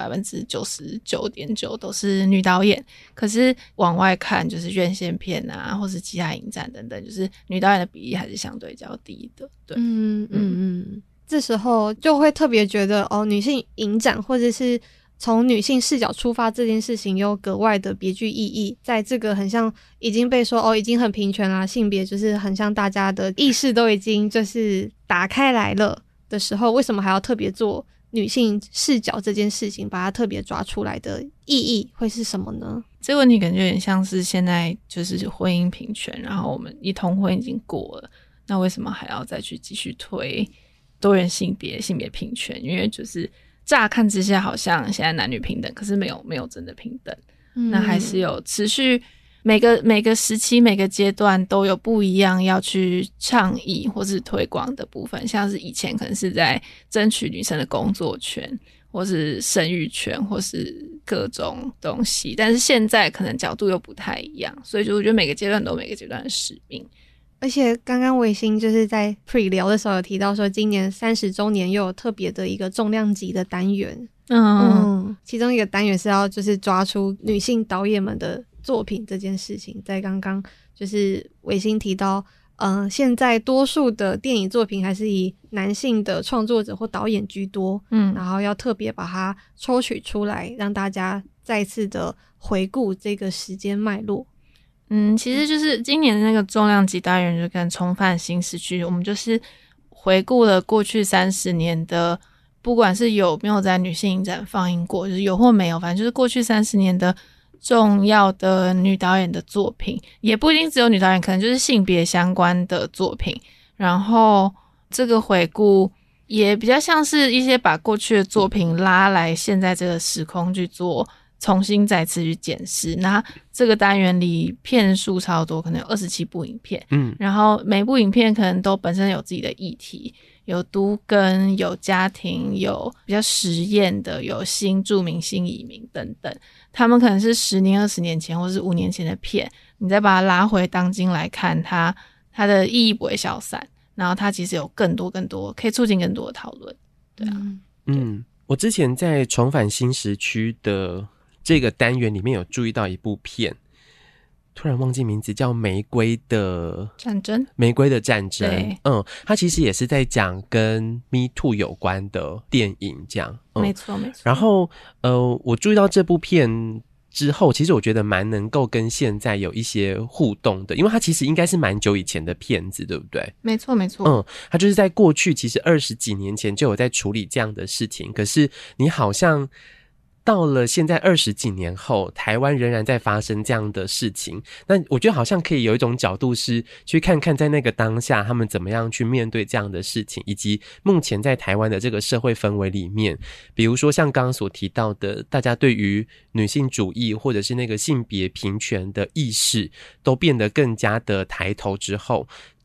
99.9%都是女导演，可是往外看就是院线片啊或是其他影展等等，就是女导演的比例还是相对较低的。对， 这时候就会特别觉得女性影展或者是从女性视角出发这件事情有格外的别具意义，在这个很像已经被说已经很平权啦，性别就是很像大家的意识都已经就是打开来了的时候，为什么还要特别做女性视角这件事情，把它特别抓出来的意义会是什么呢？ 这个问题感觉有点像是现在就是婚姻平权，然后我们一同婚已经过了，那为什么还要再去继续推多元性别平权？因为就是乍看之下好像现在男女平等，可是没有真的平等，那还是有持续每个时期每个阶段都有不一样要去倡议或是推广的部分，像是以前可能是在争取女生的工作权或是生育权或是各种东西，但是现在可能角度又不太一样，所以就我觉得每个阶段都有每个阶段的使命。 而且刚刚维新就是在 pre 聊的时候有提到说，今年30周年又有特别的一个重量级的单元，其中一个单元是要就是抓出女性导演们的作品这件事情。在刚刚就是维新提到现在多数的电影作品还是以男性的创作者或导演居多，然后要特别把它抽取出来，让大家再次的回顾这个时间脉络。 其实就是今年的那个重量级单元就跟重返新时区，我们就是回顾了过去30年的，不管是有没有在女性影展放映过，就是有或没有，反正就是过去30年的重要的女导演的作品，也不一定只有女导演，可能就是性别相关的作品。然后这个回顾也比较像是一些把过去的作品拉来现在这个时空去做重新再次去检视。那这个单元里片数超多，可能有27部影片，然后每部影片可能都本身有自己的议题，有都更，有家庭，有比较实验的，有新住民、新移民等等。他们可能是10年、20年前或是5年前的片，你再把它拉回当今来看，它的意义不会消散，然后它其实有更多可以促进更多的讨论。对啊， 我之前在重返新时区的这个单元里面有注意到一部片，突然忘记名字，叫《玫瑰的战争》。它其实也是在讲跟 Me Too 有关的电影，这样。 没错。 然后我注意到这部片之后，其实我觉得蛮能够跟现在有一些互动的，因为它其实应该是蛮久以前的片子，对不对？ 没错。 它就是在过去其实20几年前就有在处理这样的事情，可是你好像到了现在20几年后，台湾仍然在发生这样的事情。那我觉得好像可以有一种角度是去看看在那个当下他们怎么样去面对这样的事情，以及目前在台湾的这个社会氛围里面，比如说像刚刚所提到的，大家对于女性主义或者是那个性别平权的意识都变得更加的抬头之后，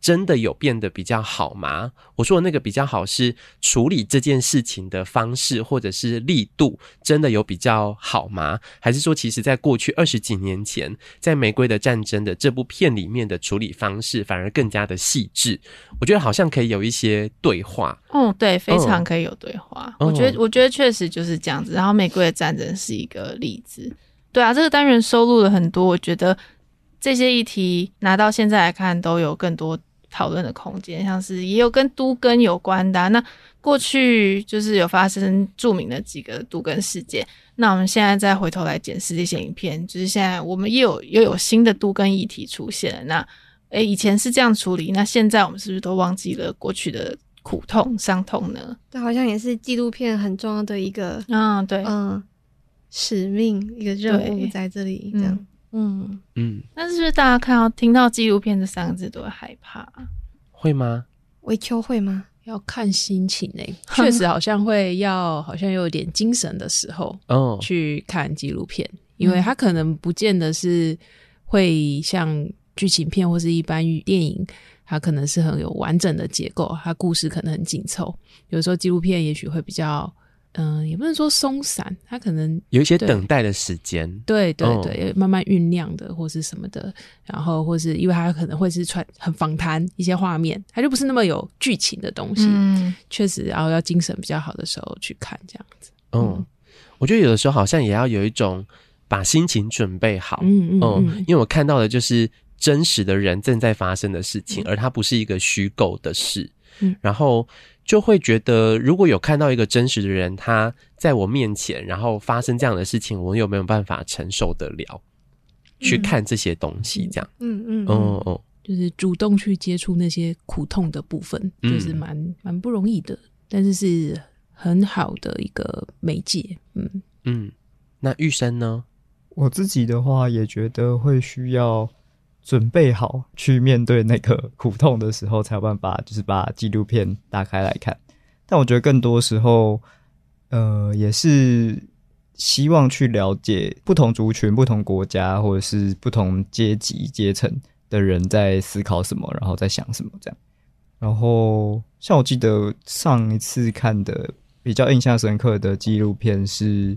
真的有变得比较好吗？我说的那个比较好是处理这件事情的方式或者是力度真的有比较好吗？还是说其实在过去20几年前，在《玫瑰的战争》的这部片里面的处理方式反而更加的细致？我觉得好像可以有一些对话。 对，非常可以有对话。我觉得确实就是这样子。然后《玫瑰的战争》是一个例子。对啊，这个单元收录了很多，我觉得这些议题拿到现在来看都有更多讨论的空间，像是也有跟都更有关的那过去就是有发生著名的几个都更事件，那我们现在再回头来检视这些影片，就是现在我们又有新的都更议题出现了，那以前是这样处理，那现在我们是不是都忘记了过去的苦痛伤痛呢？ 对，好像也是纪录片很重要的一个对使命，一个任务在这里这样。 那是不是大家听到纪录片这3个字都会害怕？ 会吗？ 微秋会吗？ 要看心情确实好像有点精神的时候去看纪录片，因为它可能不见得是会像剧情片或是一般电影，它可能是很有完整的结构，它故事可能很紧凑。有时候纪录片也许会比较也不能说松散，它可能有一些等待的时间， 对，慢慢酝酿的或是什么的，然后或是因为它可能会是很访谈一些画面，它就不是那么有剧情的东西，确实要精神比较好的时候去看这样子。 我觉得有的时候好像也要有一种把心情准备好，因为我看到的就是真实的人正在发生的事情，而它不是一个虚构的事，然后就会觉得如果有看到一个真实的人他在我面前然后发生这样的事情，我有没有办法承受得了去看这些东西这样。 就是主动去接触那些苦痛的部分，就是蛮不容易的，但是是很好的一个媒介。 那玉生呢？ 我自己的话也觉得会需要准备好去面对那个苦痛的时候，才有办法就是把纪录片打开来看。但我觉得更多时候也是希望去了解不同族群、不同国家或者是不同阶级阶层的人在思考什么，然后在想什么这样。然后像我记得上一次看的比较印象深刻的纪录片是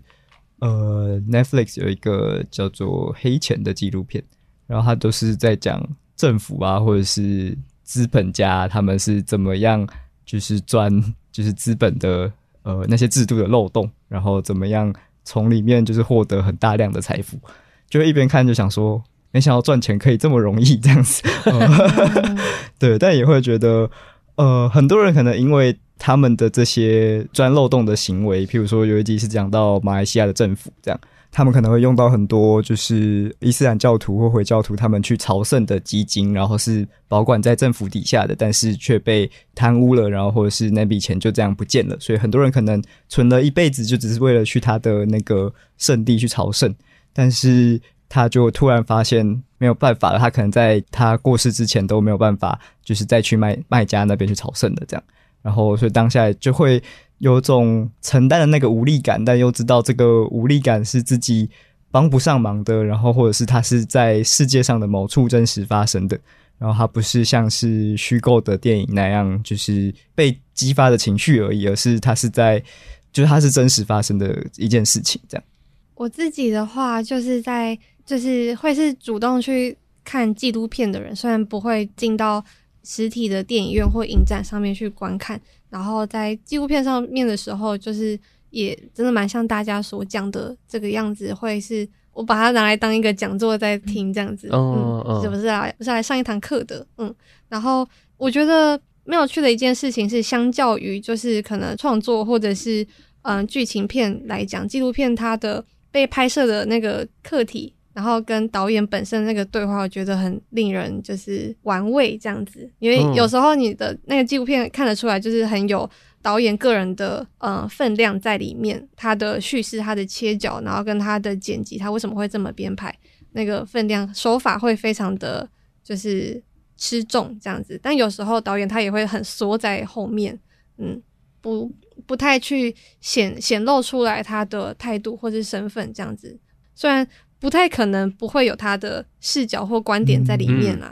Netflix 有一个叫做黑钱的纪录片，然后他都是在讲政府啊或者是资本家他们是怎么样就是钻就是资本的那些制度的漏洞，然后怎么样从里面就是获得很大量的财富，就一边看就想说没想到赚钱可以这么容易这样子对，但也会觉得很多人可能因为他们的这些钻漏洞的行为，譬如说有一集是讲到马来西亚的政府这样，他们可能会用到很多就是伊斯兰教徒或回教徒他们去朝圣的基金，然后是保管在政府底下的，但是却被贪污了，然后或者是那笔钱就这样不见了，所以很多人可能存了一辈子就只是为了去他的那个圣地去朝圣，但是他就突然发现没有办法了，他可能在他过世之前都没有办法就是再去卖家那边去朝圣的这样，然后所以当下就会有种承担的那个无力感，但又知道这个无力感是自己帮不上忙的，然后或者是它是在世界上的某处真实发生的，然后它不是像是虚构的电影那样就是被激发的情绪而已，而是它是就是它是真实发生的一件事情这样。 我自己的话就是会是主动去看纪录片的人，虽然不会进到实体的电影院或影展上面去观看，然后在纪录片上面的时候就是也真的蛮像大家所讲的这个样子，会是我把它拿来当一个讲座在听这样子，是不是来上一堂课的，然后我觉得没有趣的一件事情是，相较于就是可能创作或者是剧情片来讲，纪录片它的被拍摄的那个课题，然后跟导演本身那个对话，我觉得很令人就是玩味这样子，因为有时候你的那个纪录片看得出来就是很有导演个人的分量在里面，他的叙事他的切角，然后跟他的剪辑他为什么会这么编排，那个分量手法会非常的就是吃重这样子，但有时候导演他也会很缩在后面，不太去显露出来他的态度或是身份这样子，虽然不太可能不会有他的视角或观点在里面啦，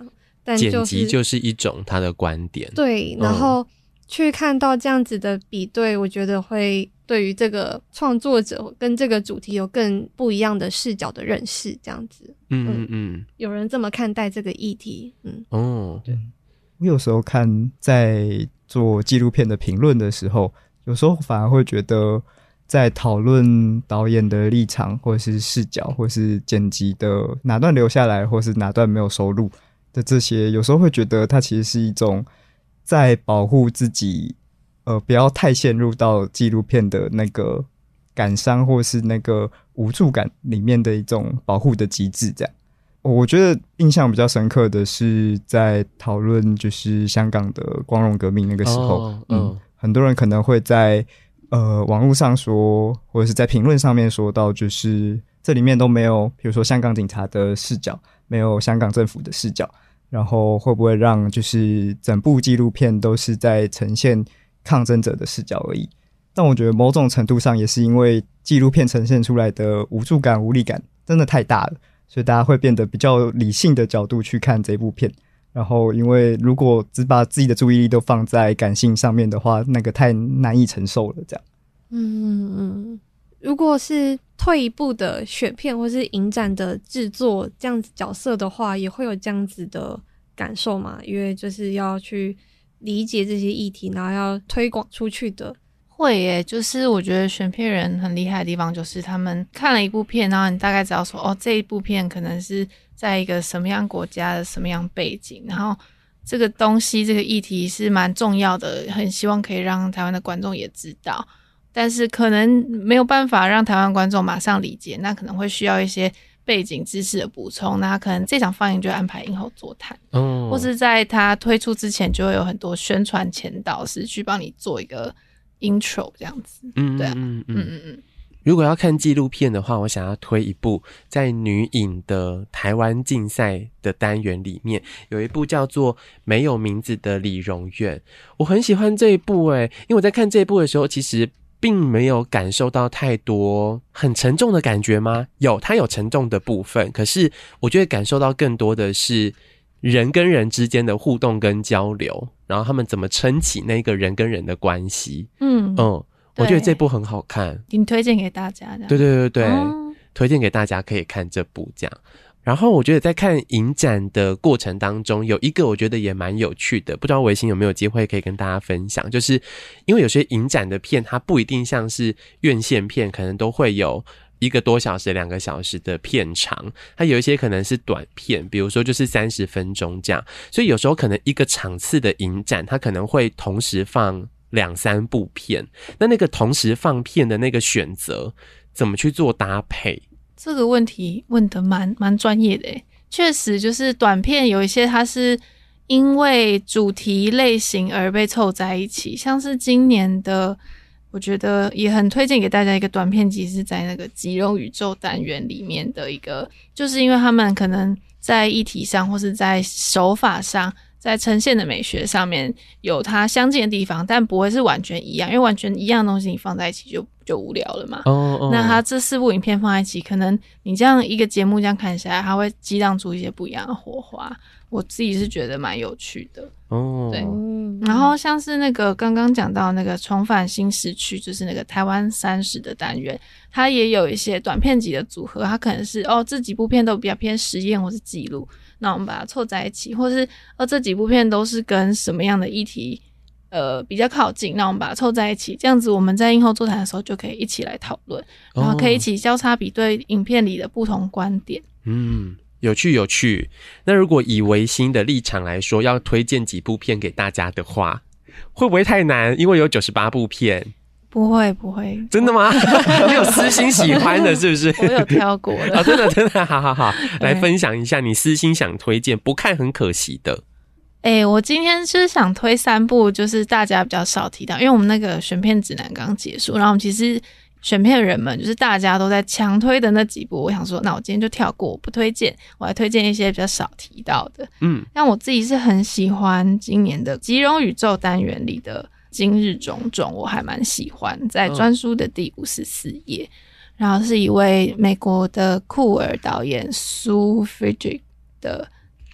但剪辑就是一种他的观点。 对，然后去看到这样子的比对，我觉得会对于这个创作者跟这个主题有更不一样的视角的认识，这样子。有人这么看待这个议题。 对，我有时候看在做纪录片的评论的时候，有时候反而会觉得在讨论导演的立场或是视角或是剪辑的哪段留下来或是哪段没有收录的这些，有时候会觉得它其实是一种在保护自己不要太陷入到纪录片的那个感伤或是那个无助感里面的一种保护的机制。这样我觉得印象比较深刻的是在讨论就是香港的光荣革命那个时候，很多人可能会在网络上说或者是在评论上面说到，就是这里面都没有比如说香港警察的视角，没有香港政府的视角，然后会不会让就是整部纪录片都是在呈现抗争者的视角而已。但我觉得某种程度上也是因为纪录片呈现出来的无助感无力感真的太大了，所以大家会变得比较理性的角度去看这部片。然后因为如果只把自己的注意力都放在感性上面的话，那个太难以承受了这样。 如果是退一步的选片或是影展的制作这样子角色的话，也会有这样子的感受嘛？因为就是要去理解这些议题，然后要推广出去的。 会耶，就是我觉得选片人很厉害的地方，就是他们看了一部片，然后你大概知道说，这一部片可能是在一个什么样国家的什么样背景，然后这个东西这个议题是蛮重要的，很希望可以让台湾的观众也知道，但是可能没有办法让台湾观众马上理解，那可能会需要一些背景知识的补充，那可能这场放映就会安排映后座谈，或是在他推出之前就会有很多宣传前导师去帮你做一个intro 这样子。对啊。 如果要看纪录片的话，我想要推一部在女影的台湾竞赛的单元里面有一部叫做没有名字的理容院。我很喜欢这一部因为我在看这一部的时候其实并没有感受到太多很沉重的感觉吗？它有沉重的部分，可是我觉得感受到更多的是人跟人之间的互动跟交流，然后他们怎么撑起那个人跟人的关系。我觉得这部很好看， 你推荐给大家的。 对，推荐给大家可以看这部这样。然后我觉得在看影展的过程当中，有一个我觉得也蛮有趣的，不知道维新有没有机会可以跟大家分享，就是因为有些影展的片它不一定像是院线片，可能都会有1个多小时2个小时的片长，它有一些可能是短片，比如说就是30分钟这样，所以有时候可能一个场次的影展它可能会同时放2-3部片，那个同时放片的那个选择怎么去做搭配？ 这个问题问得蛮专业的耶。确实就是短片有一些它是因为主题类型而被凑在一起，像是今年的我觉得也很推荐给大家一个短片集，是在那个极荣宇宙单元里面的一个，就是因为他们可能在议题上或是在手法上在呈现的美学上面有它相近的地方，但不会是完全一样，因为完全一样的东西你放在一起就无聊了嘛。那它这4部影片放在一起，可能你这样一个节目这样看下来，它会激荡出一些不一样的火花，我自己是觉得蛮有趣的。对。然后像是那个刚刚讲到那个重返新时区，就是那个台湾30的单元，它也有一些短片集的组合，它可能是这几部片都比较偏实验或是记录，那我们把它凑在一起，或是这几部片都是跟什么样的议题比较靠近，那我们把它凑在一起，这样子我们在映后座谈的时候就可以一起来讨论，然后可以一起交叉比对影片里的不同观点。 有趣。那如果以维新的立场来说，要推荐几部片给大家的话，会不会太难？因为有98部片。 不会， 真的吗？你有私心喜欢的是不是？ 我有挑过的。 真的，好，来分享一下你私心想推荐不看很可惜的。 我今天是想推3部，就是大家比较少提到，因为我们那个选片指南刚结束，然后我们其实选片人们就是大家都在强推的那几部，我想说那我今天就跳过，我不推荐，我来推荐一些比较少提到的。但我自己是很喜欢今年的极荣宇宙单元里的今日种种，我还蛮喜欢，在专书的第54页，然后是一位美国的酷儿导演苏 Friedrich 的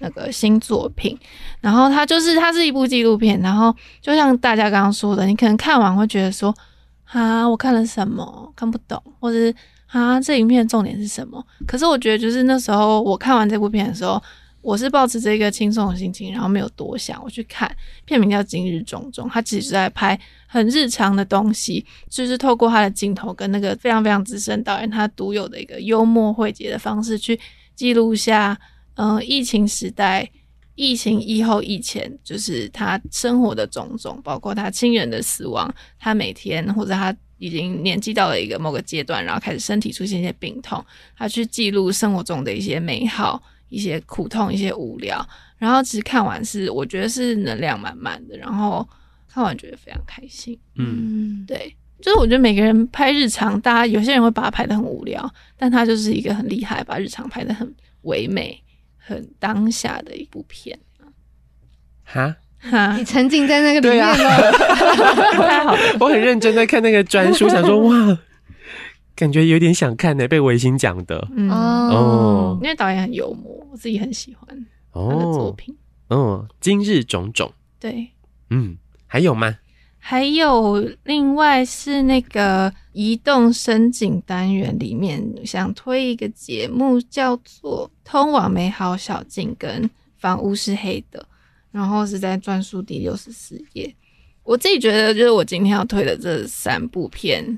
那个新作品，然后它是一部纪录片，然后就像大家刚刚说的，你可能看完会觉得说啊，我看了什么看不懂，或者是啊，这影片的重点是什么？可是我觉得就是那时候我看完这部片的时候，我是抱持这个轻松的心情，然后没有多想，我去看片名叫《今日种种》，它其实是在拍很日常的东西，就是透过他的镜头跟那个非常非常资深导演他独有的一个幽默诙谐的方式去记录下疫情时代、疫情疫后、疫前，就是他生活的种种，包括他亲人的死亡，他每天或者他已经年纪到了一个某个阶段，然后开始身体出现一些病痛，他去记录生活中的一些美好、一些苦痛、一些无聊，然后其实看完我觉得是能量满满的，然后看完觉得非常开心。对，就是我觉得每个人拍日常，大家有些人会把它拍得很无聊，但他就是一个很厉害，把日常拍得很唯美、很当下的一部片。 哈， 你沉浸在那个里面了， 太好了。 我很认真在看那个专书，想说哇，感觉有点想看呢，被维新讲的。 哦， 因为导演很幽默，我自己很喜欢他的作品。 今日种种。 对， 还有吗？ 还有另外是那个移动声景单元里面想推一个节目，叫做《通往美好小径》跟《房屋是黑的》，然后是在专书第64页。我自己觉得，就是我今天要推的这3部片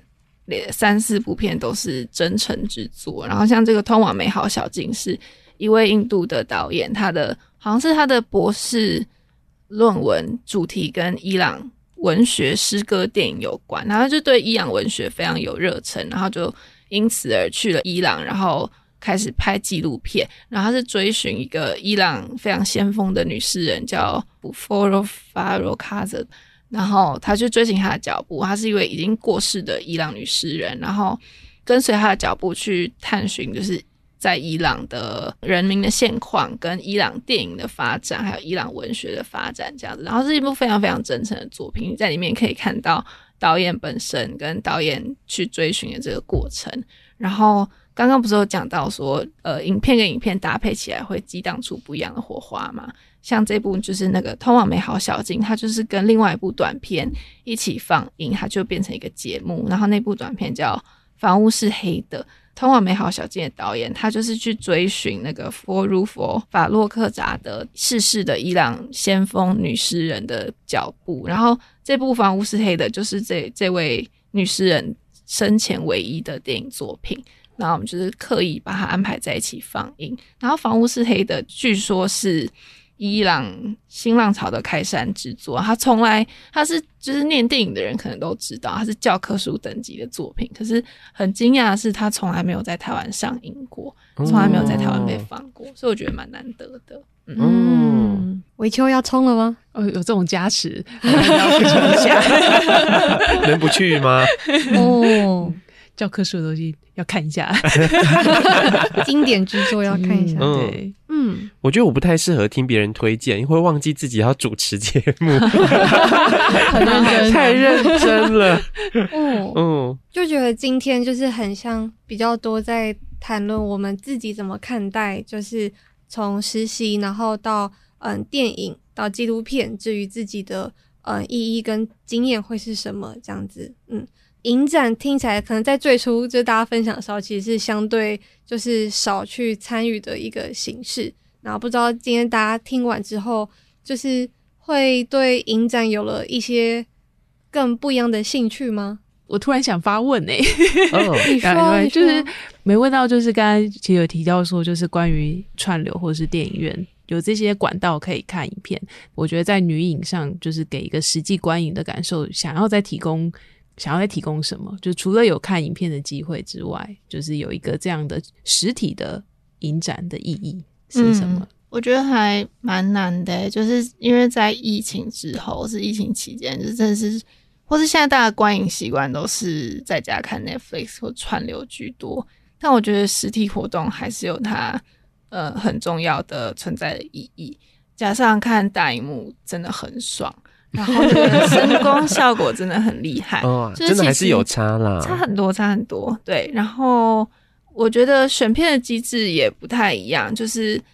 ，3、4部片都是真诚之作。然后像这个《通往美好小径》是一位印度的导演，好像是他的博士论文主题跟伊朗文学、诗歌、电影有关，然后就对伊朗文学非常有热忱，然后就因此而去了伊朗，然后开始拍纪录片。然后他是追寻一个伊朗非常先锋的女诗人叫 Buforo Farrokhzad， 然后他去追寻她的脚步。她是一位已经过世的伊朗女诗人，然后跟随她的脚步去探寻，就是在伊朗的人民的现况，跟伊朗电影的发展，还有伊朗文学的发展这样子。然后是一部非常非常真诚的作品，你在里面可以看到导演本身跟导演去追寻的这个过程。然后刚刚不是有讲到说影片跟影片搭配起来会激荡出不一样的火花嘛？像这部就是那个《通往美好小径》，它就是跟另外一部短片一起放映，它就变成一个节目。然后那部短片叫《房屋是黑的》，通往美好小径的导演，他就是去追寻那个法洛克扎的逝世的伊朗先锋女诗人的脚步。然后这部《房屋是黑的》就是这位女诗人生前唯一的电影作品，然后我们就是刻意把它安排在一起放映。然后《房屋是黑的》据说是伊朗新浪潮的开山之作，他是就是念电影的人可能都知道，他是教科书等级的作品。可是很惊讶的是，他从来没有在台湾上映过，从来没有在台湾被放过，所以我觉得蛮难得的。 维秋要冲了吗？ 有这种加持，要去冲一下， 能不去吗？ 教科书的东西要看一下， 经典之作要看一下。 对， 我觉得我不太适合听别人推荐，因为会忘记自己要主持节目， 很认真， 太认真了。 就觉得今天就是很像比较多在谈论我们自己怎么看待，就是从实习然后到电影到纪录片，至于自己的意义跟经验会是什么这样子。影展听起来可能在最初就大家分享的时候，其实是相对就是少去参与的一个形式。然后不知道今天大家听完之后，就是会对影展有了一些更不一样的兴趣吗？ 我突然想发问你说就是没问到，就是刚才其实有提到说，就是关于串流或者是电影院有这些管道可以看影片。我觉得在女影上，就是给一个实际观影的感受，想要再提供什么？就除了有看影片的机会之外，就是有一个这样的实体的影展的意义是什么？ 我觉得还蛮难的，就是因为在疫情之后，是疫情期间，就真的是，或是现在大家观影习惯都是在家看 Netflix 或串流居多，但我觉得实体活动还是有它很重要的存在的意义。加上看大荧幕真的很爽。然后这个声光效果真的很厉害，就是真的还是有差啦， 差很多。对，然后我觉得选片的机制也不太一样，就是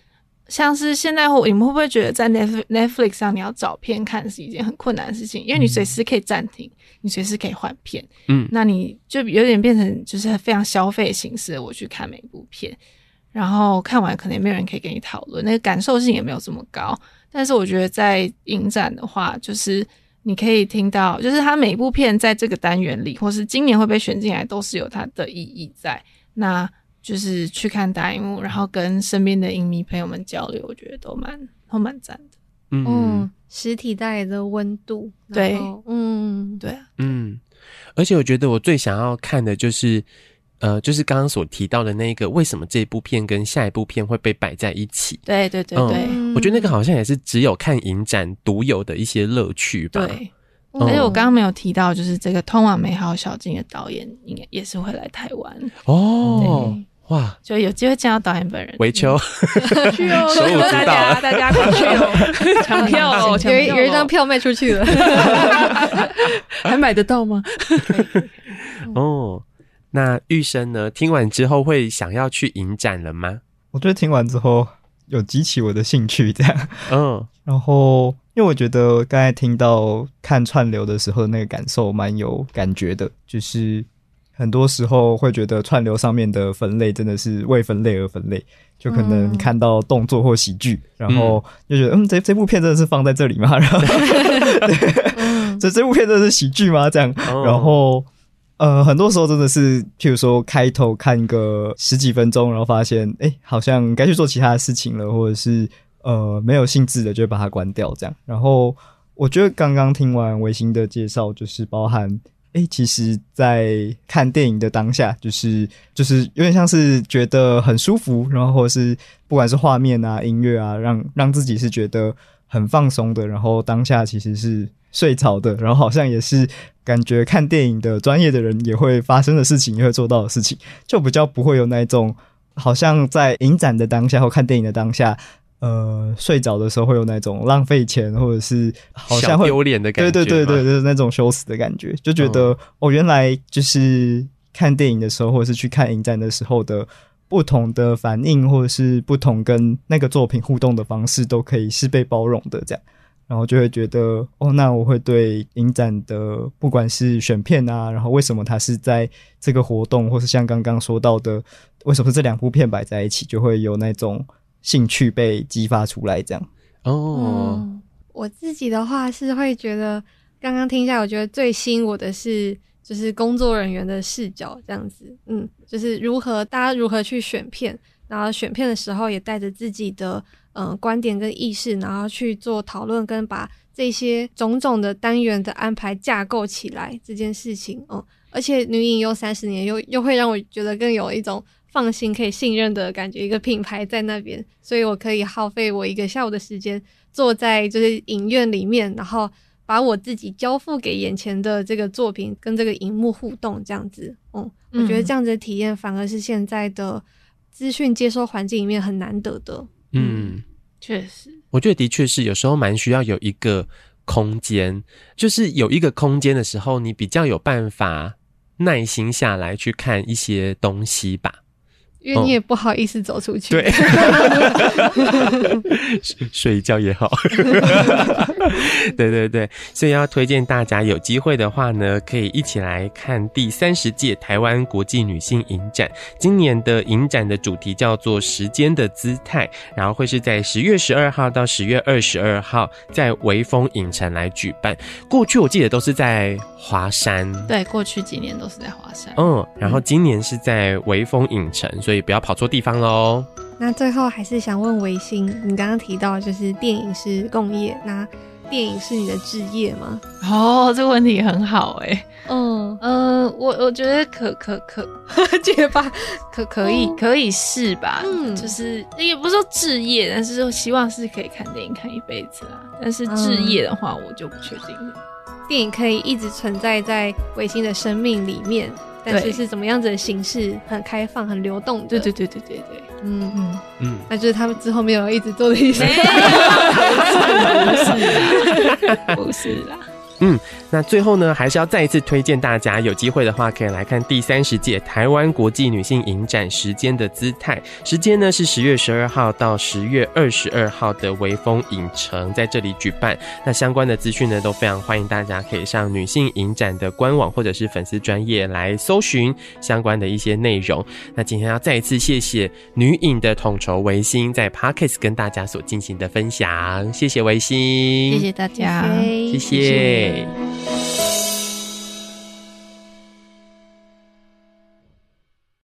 像是现在你们会不会觉得在 Netflix 上你要找片看是一件很困难的事情？因为你随时可以暂停，你随时可以换片，那你就有点变成就是非常消费形式的我去看每一部片，然后看完可能也没有人可以跟你讨论，那个感受性也没有这么高。但是我觉得在影展的话，就是你可以听到，就是它每一部片在这个单元里，或是今年会被选进来，都是有它的意义在。那就是去看大荧幕，然后跟身边的影迷朋友们交流，我觉得都蛮赞的。 实体带来的温度， 对， 对啊， 而且我觉得我最想要看的就是就是刚刚所提到的那个，为什么这部片跟下一部片会被摆在一起？ 对对对对， 我觉得那个好像也是只有看影展独有的一些乐趣吧。 对，而且我刚刚没有提到，就是这个《通往美好小径》的导演应该也是会来台湾哦。哇， 就有机会见到导演本人。 维秋去哦， 所以我知道大家快去哦，抢票哦， 有一张票卖出去了， 还买得到吗？ 哦，那玉生呢？听完之后会想要去影展了吗？ 我觉得听完之后有激起我的兴趣，这样。然后因为我觉得刚才听到看串流的时候那个感受蛮有感觉的，就是很多时候会觉得串流上面的分类真的是为分类而分类，就可能你看到动作或喜剧，然后就觉得这部片真的是放在这里吗？然后这部片真的是喜剧吗？这样，然后很多时候真的是譬如说开头看个10几分钟，然后发现好像该去做其他的事情了，或者是没有兴致的就会把它关掉这样。然后我觉得刚刚听完维新的介绍，就是包含其实在看电影的当下，就是有点像是觉得很舒服，然后或者是不管是画面啊音乐啊，让自己是觉得很放松的，然后当下其实是睡着的，然后好像也是感觉看电影的专业的人也会发生的事情，也会做到的事情，就比较不会有那种好像在影展的当下或看电影的当下睡着的时候会有那种浪费钱，或者是好像会小丢脸的感觉， 对，那种羞耻的感觉，就觉得原来就是看电影的时候，或者是去看影展的时候的不同的反应，或者是不同跟那个作品互动的方式，都可以是被包容的这样。然后就会觉得那我会对影展的不管是选片啊，然后为什么它是在这个活动，或是像刚刚说到的为什么这两部片摆在一起，就会有那种兴趣被激发出来这样。 我自己的话是会觉得刚刚听下来，我觉得最吸引我的是就是工作人员的视角这样子，就是大家如何去选片，然后选片的时候也带着自己的观点跟意识，然后去做讨论，跟把这些种种的单元的安排架构起来这件事情。而且女影又30年，又会让我觉得更有一种放心可以信任的感觉，一个品牌在那边，所以我可以耗费我1个下午的时间坐在就是影院里面，然后把我自己交付给眼前的这个作品跟这个荧幕互动这样子。我觉得这样子的体验反而是现在的资讯接收环境里面很难得的。 确实， 我觉得的确是有时候蛮需要有一个空间，就是有一个空间的时候，你比较有办法耐心下来去看一些东西吧。 因为你也不好意思走出去， 对，睡一觉也好，对，所以要推荐大家有机会的话呢，可以一起来看第30届台湾国际女性影展。今年的影展的主题叫做时间的姿态，然后会是在10月12号到10月22号在微风影城来举办。过去我记得都是在华山， 对，过去几年都是在华山， 然后今年是在微风影城，所以不要跑错地方咯。 那最后还是想问维新，你刚刚提到就是电影是共业，那电影是你的志业吗？ 这个问题很好我觉得结巴可以是吧？就是也不是说志业，但是说希望是可以看电影看一辈子啦。但是志业的话，我就不确定了。 电影可以一直存在在维新的生命里面，但是是怎么样子的形式，很开放很流动的。 对， 那就是他们之后没有一直做的一些不是啦那最后呢，还是要再一次推荐大家，有机会的话可以来看第30届台湾国际女性影展时间的姿态。时间呢是10月12号到10月22号的微风影城在这里举办。那相关的资讯呢，都非常欢迎大家可以上女性影展的官网或者是粉丝专页来搜寻相关的一些内容。那今天要再一次谢谢女影的统筹维新在 Podcast 跟大家所进行的分享，谢谢维新， 谢谢大家， 谢谢。